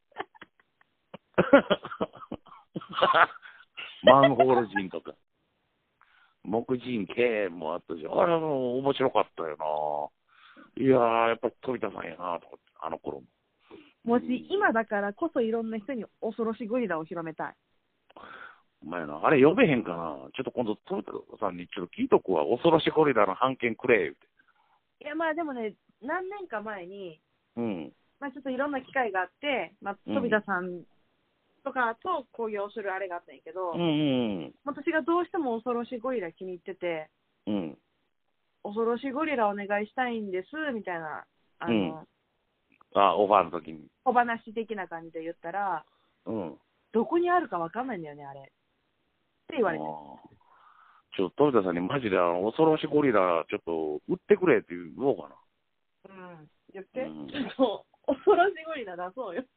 マンホール人とか。木人系もあったし、あれも面白かったよな。いやー、やっぱ飛田さんやなと思って、あの頃も。 もし今だからこそいろんな人に恐ろしゴリラを広めたい。 お前な、あれ呼べへんかな。ちょっと今度飛田さんにちょっと聞いとくわ。恐ろしゴリラの版権くれ言うて。 いや、まあでもね、何年か前に、まあちょっといろんな機会があって、まあ飛田さんとかと交流するあれがあったんやけど、私がどうしても恐ろしゴリラ気に入ってて、恐ろしゴリラお願いしたいんですみたいな、 オファーの時に小話的な感じで言ったら、どこにあるかわかんないんだよね、あれって言われて。 ちょっと飛田さんにマジで恐ろしゴリラちょっと売ってくれって言おうかな。 うん。言って。そう。恐ろしゴリラ出そうよ。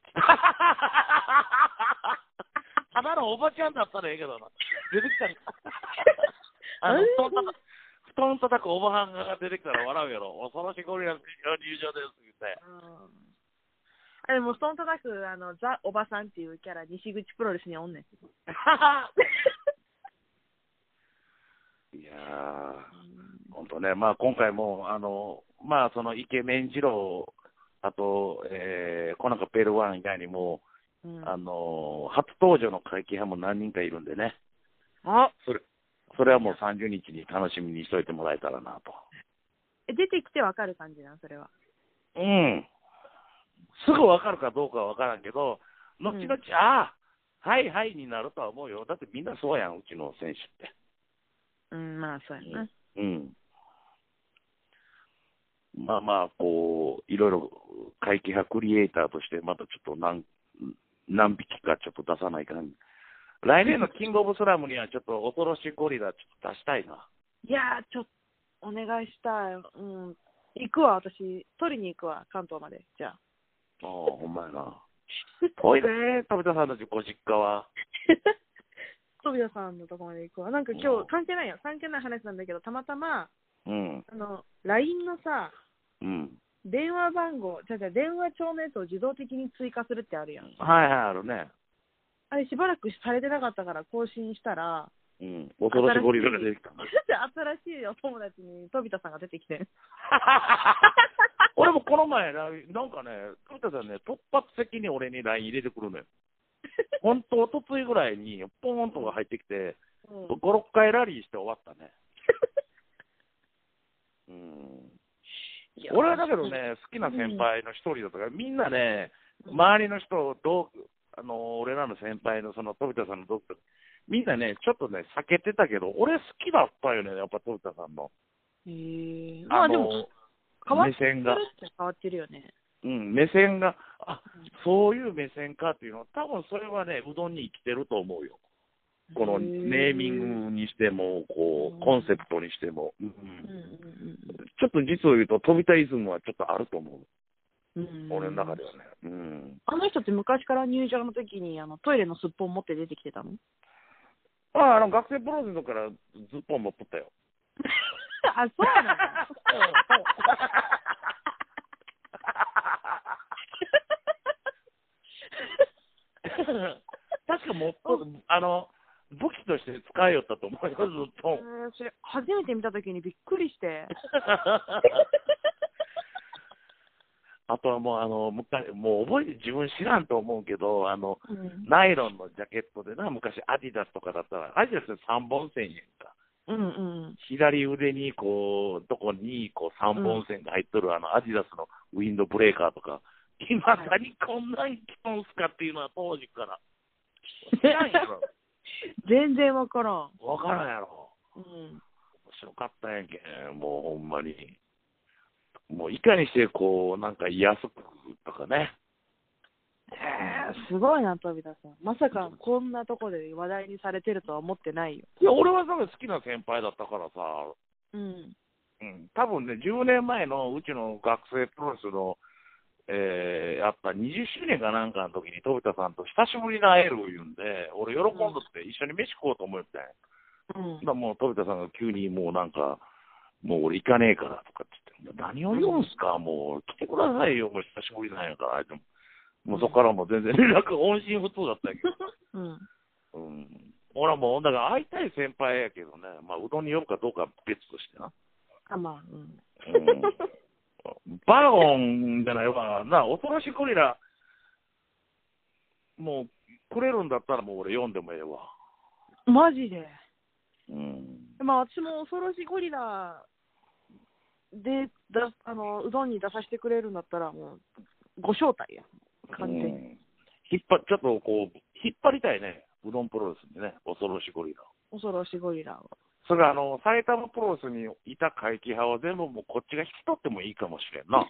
ただのおばちゃんだったらええけどな。出てきたんか。布団叩くおばはんが出てきたら笑うやろ。恐ろしゴリラ入場です、言って。 でも、布団叩く、ザ・おばさんっていうキャラ、西口プロレスにおんねん。 いやー、ほんとね、まあ今回も、まあそのイケメン二郎、あと、コナカペルワン以外にも、初登場の会期派も何人かいるんでね。それはもう30日に楽しみにしといてもらえたらなと。 出てきてわかる感じなの、それは。 うん。すぐわかるかどうかはわからんけど、後々、はいはいになるとは思うよ。だってみんなそうやん、うちの選手って。 まあそうやな。 まあまあ、こう、いろいろ会期派クリエイターとして、またちょっと何匹かちょっと出さないかん。来年のキングオブスラムにはちょっと恐ろしいゴリラちょっと出したいな。 いやー、ちょっとお願いしたい。行くわ、私。取りに行くわ、関東まで。じゃあ。 ほんまやな。おいでー、飛田さんのご実家は。 飛田さんのとこまで行くわ。なんか今日、関係ない話なんだけど、たまたま、LINE のさ、電話番号、電話帳のやつを自動的に追加するってあるやん。 はいはい、あるね。 あれしばらくされてなかったから更新したら、 恐ろしいゴリラが出てきた。 新しいお友達に飛田さんが出てきて。 俺もこの前、なんかね、飛田さんね、突発的に俺に LINE 入れてくるのよ。本当、おとついぐらいにポーンとか入ってきて、5、6回ラリーして終わったね。俺はだけどね、好きな先輩の一人だったから、みんなね、周りの人、俺らの先輩のその飛田さんの同期、みんなね、ちょっとね、避けてたけど、俺好きだったよね、やっぱ飛田さんの。 まあでも、 目線が。 変わってるよね。 目線が、そういう目線かっていうのは、多分それはね、うどんに生きてると思うよ。このネーミングにしても、こう、コンセプトにしても。ちょっと実を言うと、飛田イズムはちょっとあると思う。俺の中ではね。 あの人って昔から入場の時にトイレのすっぽん持って出てきてたの？ 学生プロレスのからずっと持っとったよ。 そうなの？ 確かもっと、武器として使いよったと思うよ、ずっと。 それ、初めて見たときにびっくりして。 あとはもう、もう覚えて自分知らんと思うけど、ナイロンのジャケットでな、昔アディダスとかだったら、アディダスで3本線やんか。左腕に、こう、どこに、こう、3本線が入っとる、アディダスのウィンドブレーカーとか、今さにこんなん着とんすかっていうのは当時から。知らんやろ。 全然わからん。 わからんやろ。面白かったやんけ、もうほんまに。もういかにして、こう、なんか安くとかね。 すごいな、飛田さん。まさかこんなとこで話題にされてるとは思ってないよ。 いや、俺は好きな先輩だったからさ。多分ね、10年前のうちの学生プロレスの、やっぱ20周年かなんかの時に飛田さんと久しぶりに会える言うんで、俺喜んどって一緒に飯食おうと思ってん。だもう飛田さんが急にもうなんか、もう俺行かねえからとかって言って、何を言うんすか、もう来てくださいよ、もう久しぶりなんやから、もうそこからもう全然連絡、音信不通だったけど。俺はもう、だから会いたい先輩やけどね、まあうどんに呼ぶかどうかは別としてな。バーゴンじゃないわな、恐ろしいゴリラ、もうくれるんだったらもう俺読んでもええわ。 マジで？まあ私も恐ろしいゴリラでうどんに出させてくれるんだったらもうご招待や、完全に。 ちょっとこう引っ張りたいね、うどんプロレスにね、恐ろしいゴリラ。 恐ろしいゴリラは。 それが埼玉プロレスにいた会期派は全部もうこっちが引き取ってもいいかもしれんな。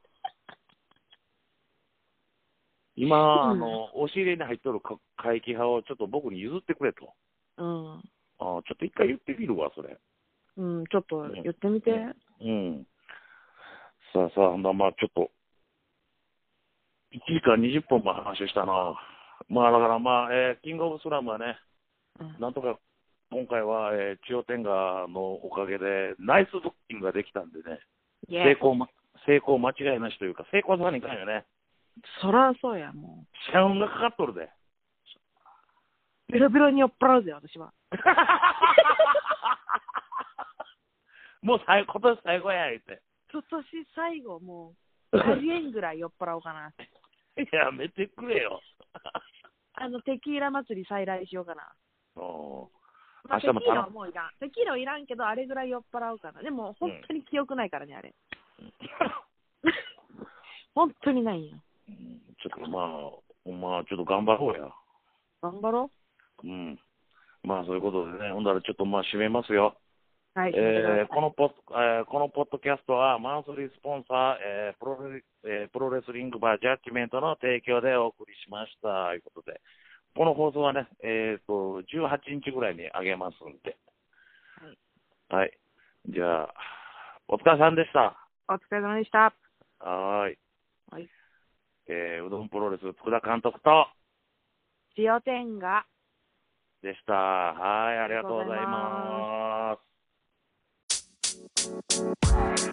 今、押し入れに入っとる会期派をちょっと僕に譲ってくれと。ちょっと一回言ってみるわ、それ。 ちょっと言ってみて。 さあさあ、まあちょっと、1時間20分も話したな。まあだからまあ、キングオブスラムはね、なんとか今回は、千代天下のおかげで、ナイスブッキングができたんでね、成功間違いなしというか、成功さにかんよね。 そらそうや、もう。 社運がかかっとるで。 ベロベロに酔っ払うぜ、私は。 もう今年最後や、言って。 今年最後、もう、ありえんぐらい酔っ払おうかな。 やめてくれよ。 テキーラ祭り再来しようかな。まあ、テキーラはもういらん。テキーラはいらんけど、あれぐらい酔っ払うかな。でも、本当に記憶ないからね、あれ。本当にないよ。 ちょっとまあ、ちょっと頑張ろうや。 頑張ろう。まあ、そういうことでね、ほんだらちょっとまあ、締めますよ。 はい。 このポッドキャストは、マンスリースポンサー、プロレスリングバージャッジメントの提供でお送りしました。ということで、この放送はね、18日ぐらいに上げますんで。はい。はい。じゃあ、お疲れさんでした。 お疲れ様でした。 はい。 はい。 うどんプロレス、福田監督と、 千代天下でした。はい、ありがとうございます。